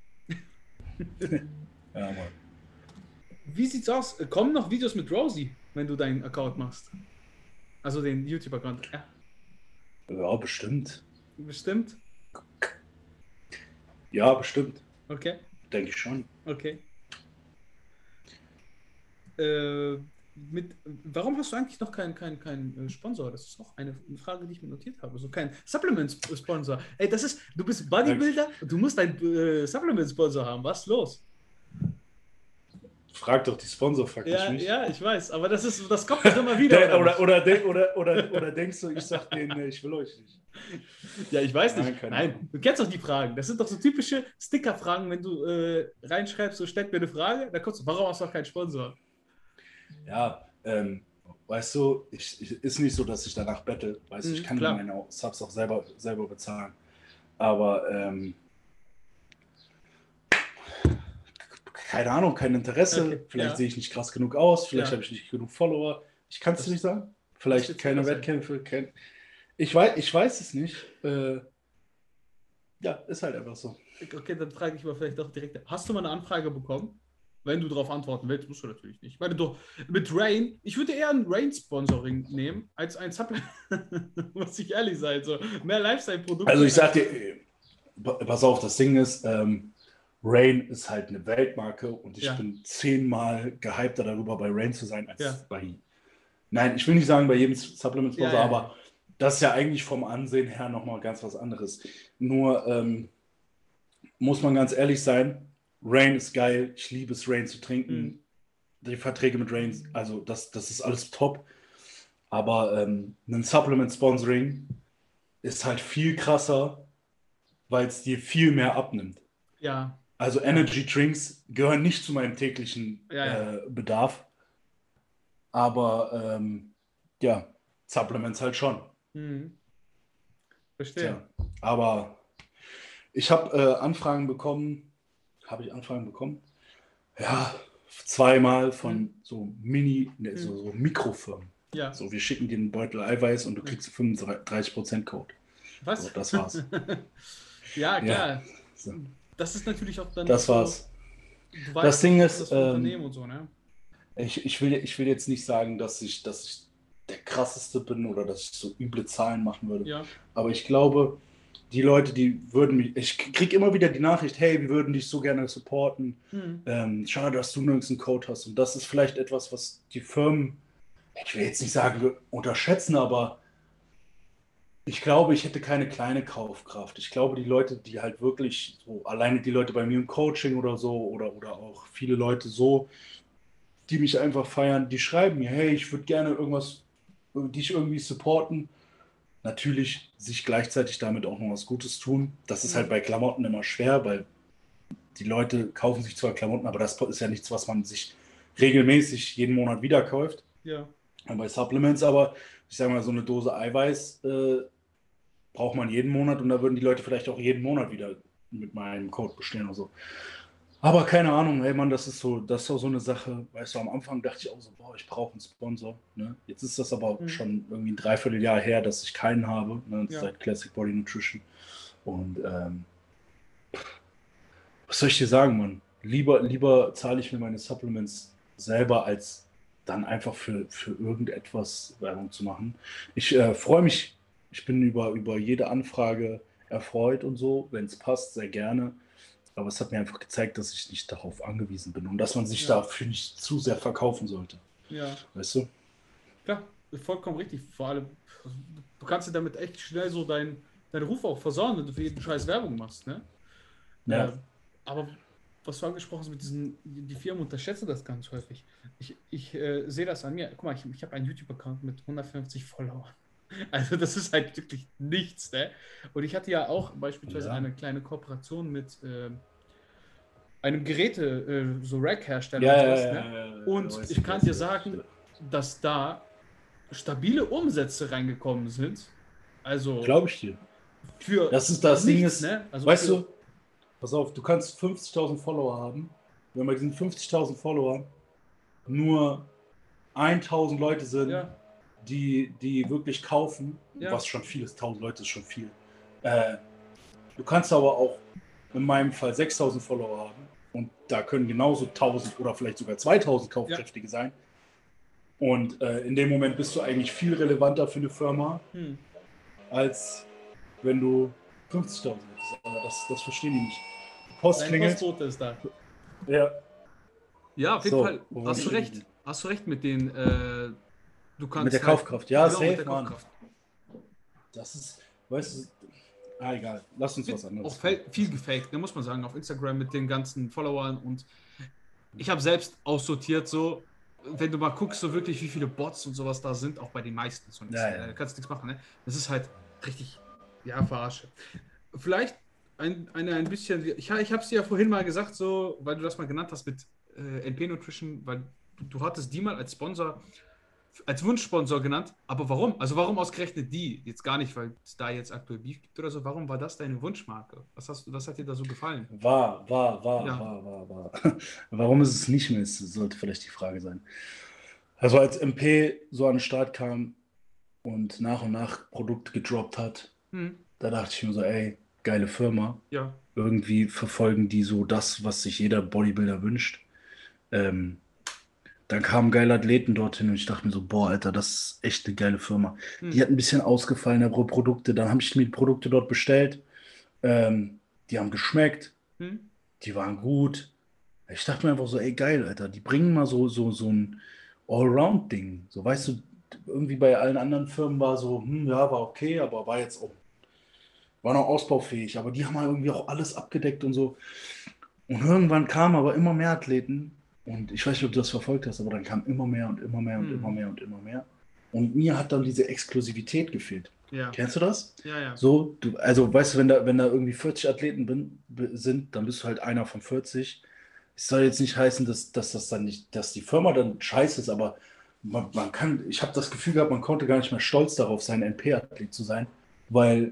Ja, Mann. Wie sieht's aus? Kommen noch Videos mit Rosie, wenn du deinen Account machst? Also den YouTube-Account. Ja, Ja, bestimmt. bestimmt. Ja, bestimmt. Okay, Denke ich schon. okay. Warum hast du eigentlich noch keinen Sponsor? Das ist auch eine Frage, die ich mir notiert habe. So kein Supplement-Sponsor. Ey, du bist Bodybuilder, du musst einen Supplement-Sponsor haben. Was ist los? Frag doch die Sponsor, frag Ja, nicht mich. ja, ich weiß, aber das kommt doch immer wieder. Oder denkst du, ich sag denen, ich will euch nicht. Ja, ich weiß nicht. Nein, keine Nein, Ahnung. du kennst doch die Fragen. Das sind doch so typische Sticker-Fragen, wenn du reinschreibst, so stellt mir eine Frage, dann kommst du, warum hast du noch keinen Sponsor? Ja, weißt du, ist nicht so, dass ich danach bettel. Weißt du, ich kann klar. meine Subs auch selber bezahlen. Aber keine Ahnung, kein Interesse. Okay, Vielleicht ja. sehe ich nicht krass genug aus. Vielleicht Ja. habe ich nicht genug Follower. Ich kann es Das- nicht sagen. das Vielleicht wird keine sein. Wettkämpfe. Ich weiß es nicht. Ja, ist halt einfach so. Okay, dann frage ich mal vielleicht auch direkt. Hast du mal eine Anfrage bekommen? Wenn du darauf antworten willst, musst du natürlich nicht. Ich meine, mit Rain, ich würde eher ein Rain-Sponsoring nehmen, als ein Supplement. Muss ich ehrlich sein. So, mehr Lifestyle-Produkte. Also ich sag dir, pass auf, das Ding ist, Rain ist halt eine Weltmarke und ich Ja. bin 10-mal gehypter darüber, bei Rain zu sein, als Ja. bei. Nein, ich will nicht sagen bei jedem Supplement-Sponsor, Ja, ja. aber das ist ja eigentlich vom Ansehen her nochmal ganz was anderes. Nur muss man ganz ehrlich sein, Rain ist geil, ich liebe es, Rain zu trinken. Die Verträge mit Rain, also das ist alles top. Aber ein Supplement-Sponsoring ist halt viel krasser, weil es dir viel mehr abnimmt. Ja, Also Energy Drinks gehören nicht zu meinem täglichen Ja. Bedarf. Aber ja, Supplements halt schon. verstehe. Tja. Aber ich habe Anfragen bekommen. Ja, zweimal von so so Mikrofirmen. Ja, So, wir schicken dir einen Beutel Eiweiß und du kriegst 35% Code. was? So, das war's. Ja, klar. So. Das ist natürlich auch dann. Das so, war's. du weißt, Das Ding ist, das Unternehmen und so, ne? Ich will jetzt nicht sagen, dass ich der krasseste bin oder dass ich so üble Zahlen machen würde. Ja, Aber ich glaube, die Leute, die würden mich. Ich kriege immer wieder die Nachricht, hey, wir würden dich so gerne supporten. Schade, dass du nirgends einen Code hast. Und das ist vielleicht etwas, was die Firmen, ich will jetzt nicht sagen, unterschätzen, aber ich glaube, ich hätte keine kleine Kaufkraft. Ich glaube, die Leute, die halt wirklich, so alleine die Leute bei mir im Coaching oder so, oder auch viele Leute so, die mich einfach feiern, die schreiben mir, hey, ich würde gerne dich irgendwie supporten. Natürlich sich gleichzeitig damit auch noch was Gutes tun. Das ist halt bei Klamotten immer schwer, weil die Leute kaufen sich zwar Klamotten, aber das ist ja nichts, was man sich regelmäßig jeden Monat wieder kauft. ja. Und bei Supplements aber, ich sage mal, so eine Dose Eiweiß braucht man jeden Monat und da würden die Leute vielleicht auch jeden Monat wieder mit meinem Code bestellen oder so. Aber keine Ahnung, ey Mann, das ist auch so eine Sache. Weißt du, am Anfang dachte ich auch so, boah, ich brauche einen Sponsor. Ne? Jetzt ist das aber schon irgendwie ein Dreivierteljahr her, dass ich keinen habe, ne? Seit Classic Body Nutrition. Und was soll ich dir sagen, Mann? Lieber zahle ich mir meine Supplements selber, als dann einfach für irgendetwas Werbung zu machen. Ich freue mich, ich bin über jede Anfrage erfreut und so, wenn es passt, sehr gerne. Aber es hat mir einfach gezeigt, dass ich nicht darauf angewiesen bin und dass man sich dafür nicht zu sehr verkaufen sollte. Ja. Weißt du? Klar, vollkommen richtig. Vor allem, du kannst dir damit echt schnell so deinen Ruf auch versauen, wenn du für jeden Scheiß Werbung machst, ne? Ja. Aber was du angesprochen hast mit diesen, die Firmen unterschätzen das ganz häufig. Ich sehe das an mir. Guck mal, ich habe einen YouTube-Account mit 150 Followern. Also das ist halt wirklich nichts, ne? Und ich hatte ja auch beispielsweise eine kleine Kooperation mit einem Geräte, so Rack-Hersteller und sowas, ne? Und ich kann dir sagen, dass da stabile Umsätze reingekommen sind. Also Glaube ich dir. für Das ist das Ding ist, ne? Also weißt du, pass auf, du kannst 50.000 Follower haben. Wenn bei diesen 50.000 Followern nur 1.000 Leute sind, ja, die wirklich kaufen, Ja. was schon viel ist, 1.000 Leute ist schon viel. Du kannst aber auch in meinem Fall 6.000 Follower haben und da können genauso 1.000 oder vielleicht sogar 2.000 Kaufkräftige sein. Und in dem Moment bist du eigentlich viel relevanter für eine Firma, als wenn du 50.000 hättest. Aber das verstehen die nicht. Post dein klingelt. Postbote ist da. Ja. Ja, auf jeden So, Fall. wo Hast du waren wir recht. denn? Hast du recht mit den, du kannst Mit der halt- Kaufkraft. Ja, genau, safe, mit der Mann. Kaufkraft. Das ist, weißt du, egal. Lass uns was Auch anderes. viel gefaked, ne, muss man sagen, auf Instagram mit den ganzen Followern. Und ich habe selbst aussortiert, so, wenn du mal guckst, so wirklich, wie viele Bots und sowas da sind, auch bei den meisten. So, Ja. kannst du nichts machen, ne? Das ist halt richtig, ja, verarsche. Vielleicht ein bisschen, ich habe es dir ja vorhin mal gesagt, so, weil du das mal genannt hast mit NP Nutrition, weil du hattest die mal als Sponsor, als Wunschsponsor genannt, aber warum? Also warum ausgerechnet die? Jetzt gar nicht, weil es da jetzt aktuell Beef gibt oder so. Warum war das deine Wunschmarke? Was hat dir da so gefallen? War. Ja. Warum ist es nicht mehr? Das sollte vielleicht die Frage sein. Also als MP so an den Start kam und nach Produkte gedroppt hat, da dachte ich mir so, ey, geile Firma. Ja. Irgendwie verfolgen die so das, was sich jeder Bodybuilder wünscht. Dann kamen geile Athleten dorthin und ich dachte mir so, boah, Alter, das ist echt eine geile Firma. Die hat ein bisschen ausgefallene Produkte. Dann habe ich mir die Produkte dort bestellt. Die haben geschmeckt. Die waren gut. Ich dachte mir einfach so, ey, geil, Alter. Die bringen mal so ein Allround-Ding. So, weißt du, irgendwie bei allen anderen Firmen war so, ja, war okay, aber war jetzt auch, war noch ausbaufähig. Aber die haben halt irgendwie auch alles abgedeckt und so. Und irgendwann kamen aber immer mehr Athleten. Und ich weiß nicht, ob du das verfolgt hast, aber dann kam immer mehr und immer mehr und immer mehr und immer mehr. Und mir hat dann diese Exklusivität gefehlt. Ja. Kennst du das? Ja. So, also weißt du, wenn da irgendwie 40 Athleten sind, dann bist du halt einer von 40. Es soll jetzt nicht heißen, dass das dann nicht, dass die Firma dann scheiße ist, aber man kann, ich habe das Gefühl gehabt, man konnte gar nicht mehr stolz darauf sein, NP-Athlet zu sein, weil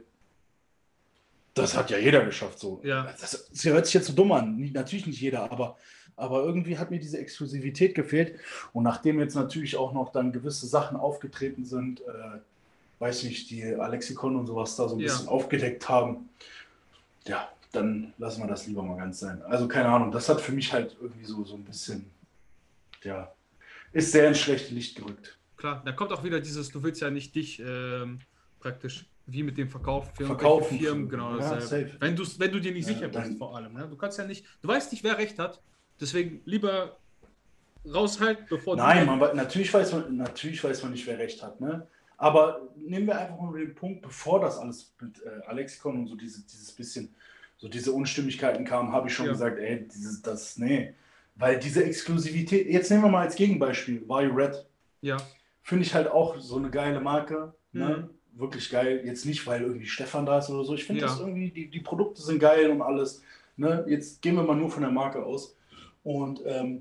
das hat ja jeder geschafft so. Ja. Das hört sich jetzt so dumm an, natürlich nicht jeder, aber irgendwie hat mir diese Exklusivität gefehlt. Und nachdem jetzt natürlich auch noch dann gewisse Sachen aufgetreten sind, weiß nicht, die Alexikon und sowas da so ein bisschen aufgedeckt haben, ja, dann lassen wir das lieber mal ganz sein. Also keine Ahnung, das hat für mich halt irgendwie so ein bisschen, ja, ist sehr ins schlechte Licht gerückt. Klar, da kommt auch wieder dieses, du willst ja nicht dich praktisch wie mit dem Verkauf für Verkaufen Firmen, genau ja, dasselbe. safe. Wenn du dir nicht sicher bist, vor allem. Ne? Du kannst ja nicht, du weißt nicht, wer recht hat. Deswegen lieber raushalten, bevor Nein, natürlich weiß man nicht, wer recht hat. Ne? Aber nehmen wir einfach mal den Punkt, bevor das alles mit Alexikon und so dieses bisschen, so diese Unstimmigkeiten kamen, habe ich schon gesagt, ey, nee. Weil diese Exklusivität, jetzt nehmen wir mal als Gegenbeispiel, Vario Red. Ja. Finde ich halt auch so eine geile Marke. Ne? Wirklich geil. Jetzt nicht, weil irgendwie Stefan da ist oder so. Ich finde das irgendwie, die Produkte sind geil und alles. Ne? Jetzt gehen wir mal nur von der Marke aus. Und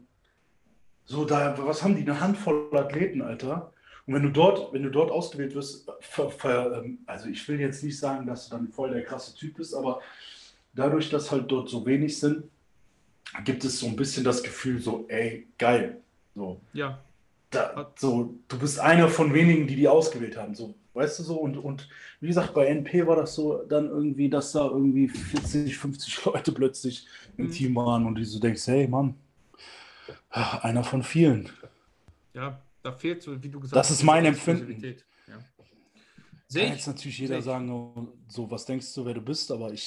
so, was haben die? Eine Handvoll Athleten, Alter. Und wenn du dort ausgewählt wirst, also ich will jetzt nicht sagen, dass du dann voll der krasse Typ bist, aber dadurch, dass halt dort so wenig sind, gibt es so ein bisschen das Gefühl, so, ey, geil. So. Ja. So, du bist einer von wenigen, die ausgewählt haben. So, weißt du so? Und wie gesagt, bei NP war das so dann irgendwie, dass da irgendwie 40, 50 Leute plötzlich im Team waren und du so denkst, hey Mann, einer von vielen. Ja, da fehlt so, wie du gesagt hast. Das ist mein Empfinden. Ja. Kann jetzt natürlich jeder sagen, so, was denkst du, wer du bist, aber ich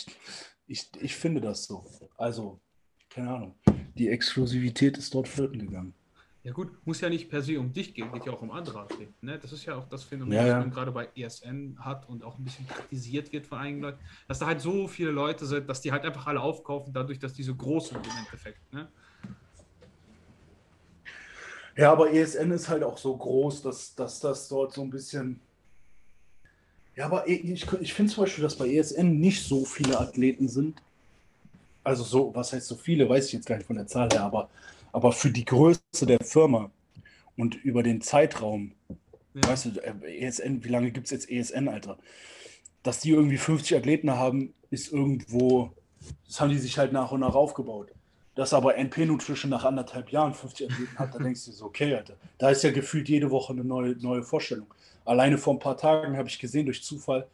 finde das so. Also, keine Ahnung. Die Exklusivität ist dort flöten gegangen. Ja gut, muss ja nicht per se um dich gehen, geht ja auch um andere Athleten. Ne? Das ist ja auch das Phänomen, Ja, was ja. man gerade bei ESN hat und auch ein bisschen kritisiert wird von einigen Leuten, dass da halt so viele Leute sind, dass die halt einfach alle aufkaufen, dadurch, dass die so groß sind im Endeffekt. Ne? Ja, aber ESN ist halt auch so groß, dass das dort so ein bisschen. Ja, aber ich finde zum Beispiel, dass bei ESN nicht so viele Athleten sind. Also so, was heißt so viele, weiß ich jetzt gar nicht von der Zahl her, aber für die Größe der Firma und über den Zeitraum, Ja. weißt du, ESN, wie lange gibt es jetzt ESN, Alter? Dass die irgendwie 50 Athleten haben, ist irgendwo, das haben die sich halt nach und nach aufgebaut. Dass aber NP Nutrition nach 1,5 Jahren 50 Athleten hat, da denkst du so, okay, Alter, da ist ja gefühlt jede Woche eine neue Vorstellung. Alleine vor ein paar Tagen habe ich gesehen, durch Zufall,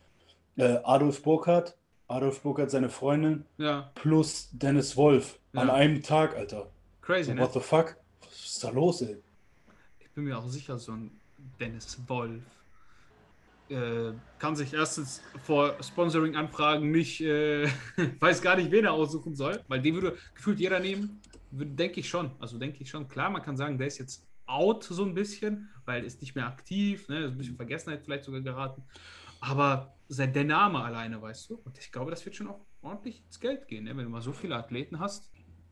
Adolf Burkhardt, seine Freundin, Ja, plus Dennis Wolf an ja. einem Tag, Alter. Crazy, So, ne? what the fuck? Was ist da los, ey? Ich bin mir auch sicher, so ein Dennis Wolf kann sich erstens vor Sponsoring-Anfragen nicht, weiß gar nicht, wen er aussuchen soll, weil den würde gefühlt jeder nehmen, denke ich schon. Also denke ich schon. Klar, man kann sagen, der ist jetzt out so ein bisschen, weil ist nicht mehr aktiv, ne, ist ein bisschen Vergessenheit vielleicht sogar geraten. Aber der Name alleine, weißt du, und ich glaube, das wird schon auch ordentlich ins Geld gehen, ne, wenn du mal so viele Athleten hast.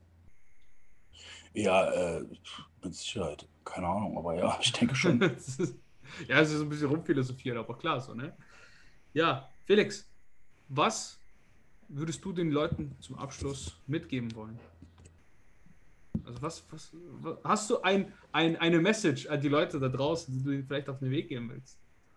Ja, mit Sicherheit. Keine Ahnung, aber ja, ich denke schon. Ja, es ist so ein bisschen rumphilosophieren, aber klar so, ne? Ja, Felix, was würdest du den Leuten zum Abschluss mitgeben wollen? Also hast du eine Message an die Leute da draußen, die du ihnen vielleicht auf den Weg geben willst?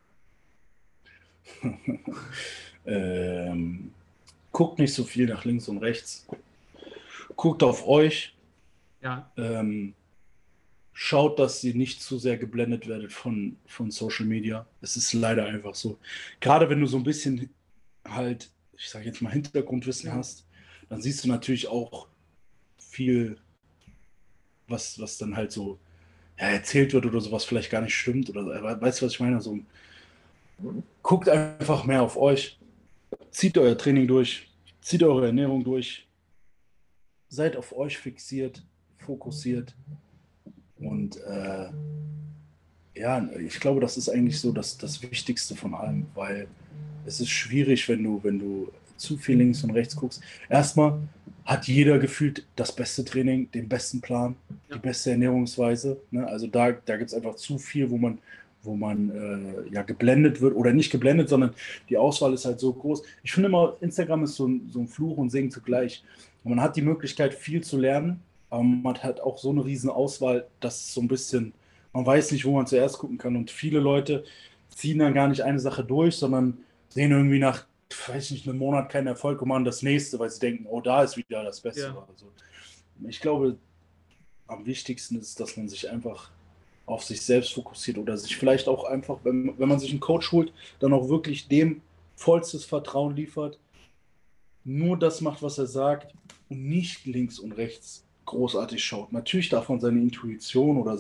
ähm, Guckt nicht so viel nach links und rechts. Guckt auf euch. Ja, Schaut, dass ihr nicht zu sehr geblendet werdet von Social Media. Es ist leider einfach so. Gerade wenn du so ein bisschen halt, ich sage jetzt mal, Hintergrundwissen hast, dann siehst du natürlich auch viel, was dann halt so ja, erzählt wird oder sowas vielleicht gar nicht stimmt. Oder weißt du, was ich meine? So, guckt einfach mehr auf euch. Zieht euer Training durch. Zieht eure Ernährung durch. Seid auf euch fixiert, fokussiert. Und ja, ich glaube, das ist eigentlich so das Wichtigste von allem, weil es ist schwierig, wenn du zu viel links und rechts guckst. Erstmal hat jeder gefühlt das beste Training, den besten Plan, die ja, beste Ernährungsweise. Ne? Also da gibt es einfach zu viel, wo man ja geblendet wird oder nicht geblendet, sondern die Auswahl ist halt so groß. Ich finde immer, Instagram ist so ein Fluch und Segen zugleich. Und man hat die Möglichkeit, viel zu lernen, aber man hat auch so eine riesen Auswahl, dass es so ein bisschen, man weiß nicht, wo man zuerst gucken kann. Und viele Leute ziehen dann gar nicht eine Sache durch, sondern sehen irgendwie nach, weiß nicht, einem Monat keinen Erfolg und machen das nächste, weil sie denken, oh, da ist wieder das Beste. ja. Also, ich glaube, am wichtigsten ist, dass man sich einfach auf sich selbst fokussiert oder sich vielleicht auch einfach, wenn man sich einen Coach holt, dann auch wirklich dem vollstes Vertrauen liefert, nur das macht, was er sagt und nicht links und rechts großartig schaut. Natürlich darf man seine Intuition oder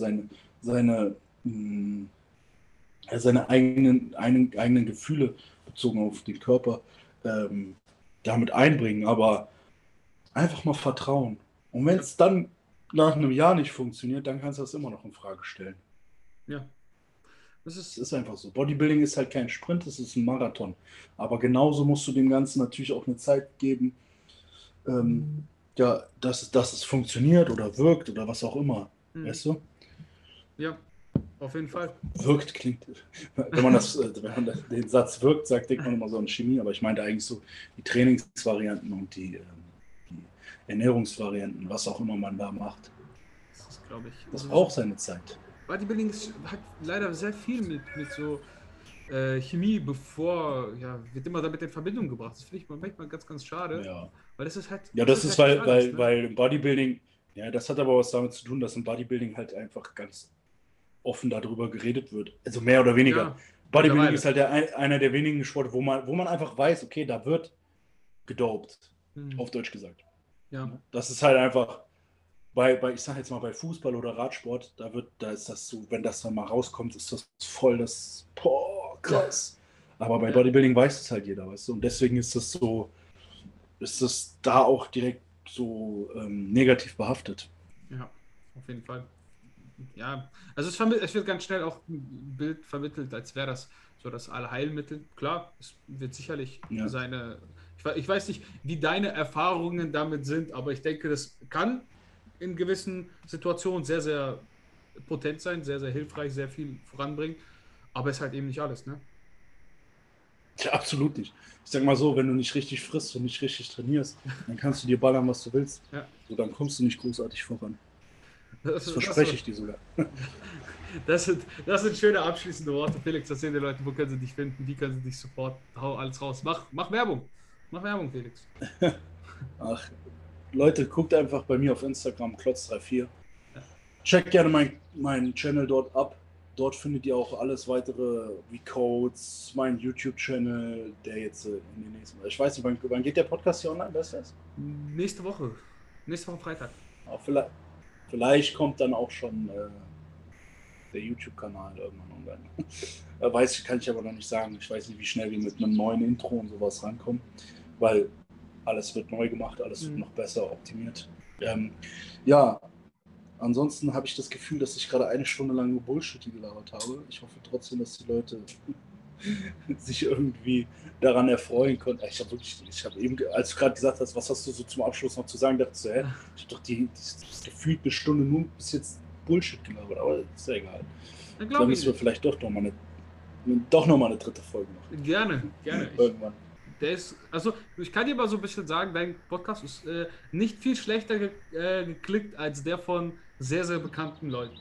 mh, seine eigenen Gefühle bezogen auf den Körper damit einbringen, aber einfach mal vertrauen. Und wenn es dann nach einem Jahr nicht funktioniert, dann kannst du das immer noch in Frage stellen. Ja. Das Es ist, ist einfach so. Bodybuilding ist halt kein Sprint, es ist ein Marathon. Aber genauso musst du dem Ganzen natürlich auch eine Zeit geben, ja, dass es funktioniert oder wirkt oder was auch immer. Weißt du? ja, auf jeden Fall. Wirkt klingt, wenn man den Satz wirkt, denkt man immer so an Chemie, aber ich meinte eigentlich so die Trainingsvarianten und die Ernährungsvarianten, was auch immer man da macht. Das ist, glaube ich. Das Also, braucht seine Zeit. Bodybuilding hat leider sehr viel mit so Chemie, wird immer damit in Verbindung gebracht. Das finde ich manchmal ganz, ganz schade. Ja. Weil das ist halt. Ja, das ist, halt nicht alles, ne? weil im Bodybuilding, ja, das hat aber was damit zu tun, dass im Bodybuilding halt einfach ganz offen darüber geredet wird. Also mehr oder weniger. Ja, Bodybuilding mittlerweile. ist halt einer der wenigen Sporte, wo man einfach weiß, okay, da wird gedopt, auf Deutsch gesagt. Ja. Das ist halt einfach, ich sag jetzt mal, bei Fußball oder Radsport, da ist das so, wenn das dann mal rauskommt, ist das voll das, boah, krass. Aber bei Ja. Bodybuilding weiß es halt jeder, weißt du, und deswegen ist das da auch direkt so negativ behaftet. Ja, auf jeden Fall. ja, also es wird ganz schnell auch ein Bild vermittelt, als wäre das so das Allheilmittel. Klar, es wird sicherlich Ja. ich weiß nicht, wie deine Erfahrungen damit sind, aber ich denke, das kann in gewissen Situationen sehr, sehr potent sein, sehr, sehr hilfreich, sehr viel voranbringen, aber es ist halt eben nicht alles, ne? Ja, absolut nicht. Ich sag mal so, wenn du nicht richtig frisst und nicht richtig trainierst, dann kannst du dir ballern, was du willst. Ja. So, dann kommst du nicht großartig voran. Das, Das verspreche ich dir sogar. das sind schöne abschließende Worte. Felix, erzähl den Leuten, wo können sie dich finden, wie können sie dich supporten. Hau alles raus. Mach Werbung. Mach Werbung, Felix. Ach, Leute, guckt einfach bei mir auf Instagram, klotz34. Ja. Checkt gerne meinen Channel dort ab. Dort findet ihr auch alles weitere wie Codes, meinen YouTube-Channel, der jetzt in den nächsten. Ich weiß nicht, wann geht der Podcast hier online? Weißt du das? Nächste Woche Freitag. Auch vielleicht kommt dann auch schon der YouTube-Kanal irgendwann online. Kann ich aber noch nicht sagen. Ich weiß nicht, wie schnell wir mit einem neuen Intro und sowas rankommen, weil alles wird neu gemacht, alles wird noch besser optimiert. Ja, ansonsten habe ich das Gefühl, dass ich gerade 1 Stunde lang nur Bullshit gelabert habe. Ich hoffe trotzdem, dass die Leute sich irgendwie daran erfreuen konnten. Ich habe eben, als du gerade gesagt hast, was hast du so zum Abschluss noch zu sagen, dachte ich so, ich habe doch das gefühlt 1 Stunde nur bis jetzt Bullshit gelabert, aber ist ja egal. Dann müssen wir vielleicht doch noch mal eine 3. Folge machen. Gerne. Irgendwann. Also ich kann dir mal so ein bisschen sagen, dein Podcast ist nicht viel schlechter geklickt als der von sehr, sehr bekannten Leuten.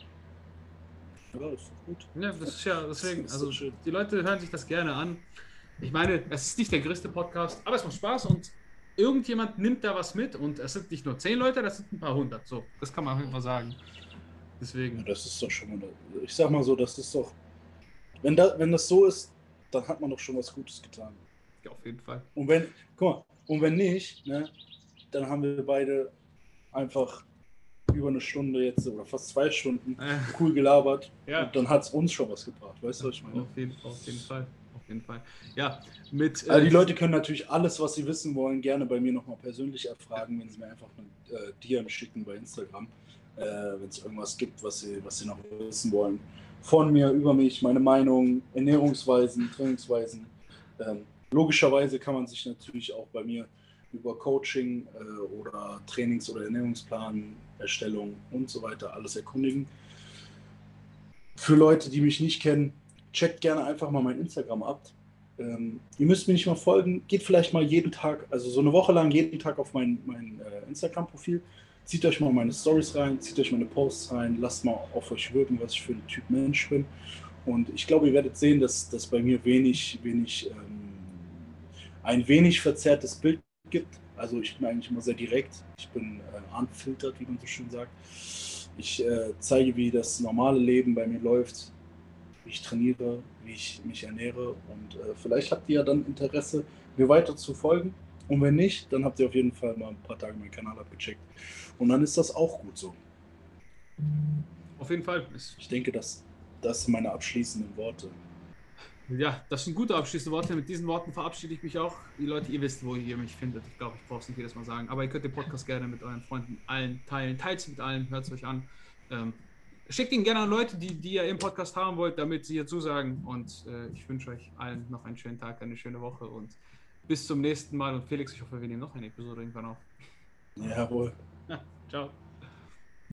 Ja, das ist doch gut. Ja, das ist ja deswegen, Das ist also so schön. die Leute hören sich das gerne an. Ich meine, es ist nicht der größte Podcast, aber es macht Spaß und irgendjemand nimmt da was mit und es sind nicht nur 10 Leute, das sind ein paar hundert. So, das kann man auf jeden Fall sagen. Deswegen. Ja, das ist doch schon mal, ich sag mal so, das ist doch, wenn das so ist, dann hat man doch schon was Gutes getan. Ja, auf jeden Fall. Und wenn nicht, ne, dann haben wir beide einfach über 1 Stunde jetzt oder fast 2 Stunden cool gelabert. Ja. Und dann hat es uns schon was gebracht. Weißt du, was ich meine? Auf jeden Fall. Ja, mit. Also die Leute können natürlich alles, was sie wissen wollen, gerne bei mir nochmal persönlich erfragen, wenn sie mir einfach eine DM schicken bei Instagram. Wenn es irgendwas gibt, was sie noch wissen wollen. Von mir, über mich, meine Meinung, Ernährungsweisen, Trainingsweisen. Logischerweise kann man sich natürlich auch bei mir über Coaching oder Trainings- oder Ernährungsplan-Erstellung und so weiter alles erkundigen. Für Leute, die mich nicht kennen, checkt gerne einfach mal mein Instagram ab. Ihr müsst mir nicht mal folgen, geht vielleicht mal jeden Tag, also so eine Woche lang jeden Tag auf mein Instagram-Profil, zieht euch mal meine Stories rein, zieht euch meine Posts rein, lasst mal auf euch wirken, was ich für ein Typ Mensch bin. Und ich glaube, ihr werdet sehen, dass das bei mir ein wenig verzerrtes Bild gibt. Also ich bin eigentlich immer sehr direkt, ich bin unfiltert, wie man so schön sagt. Ich zeige, wie das normale Leben bei mir läuft, wie ich trainiere, wie ich mich ernähre und vielleicht habt ihr ja dann Interesse, mir weiter zu folgen und wenn nicht, dann habt ihr auf jeden Fall mal ein paar Tage meinen Kanal abgecheckt und dann ist das auch gut so. Auf jeden Fall. Ich denke, das sind meine abschließenden Worte. Ja, das sind gute abschließende Worte. Mit diesen Worten verabschiede ich mich auch. Die Leute, ihr wisst, wo ihr mich findet. Ich glaube, ich brauche es nicht jedes Mal sagen. Aber ihr könnt den Podcast gerne mit euren Freunden allen teilen. Teilt es mit allen, hört es euch an. Schickt ihn gerne an Leute, die ihr im Podcast haben wollt, damit sie hier zusagen. Und ich wünsche euch allen noch einen schönen Tag, eine schöne Woche und bis zum nächsten Mal. Und Felix, ich hoffe, wir nehmen noch eine Episode irgendwann auf. Jawohl. Ja, ciao.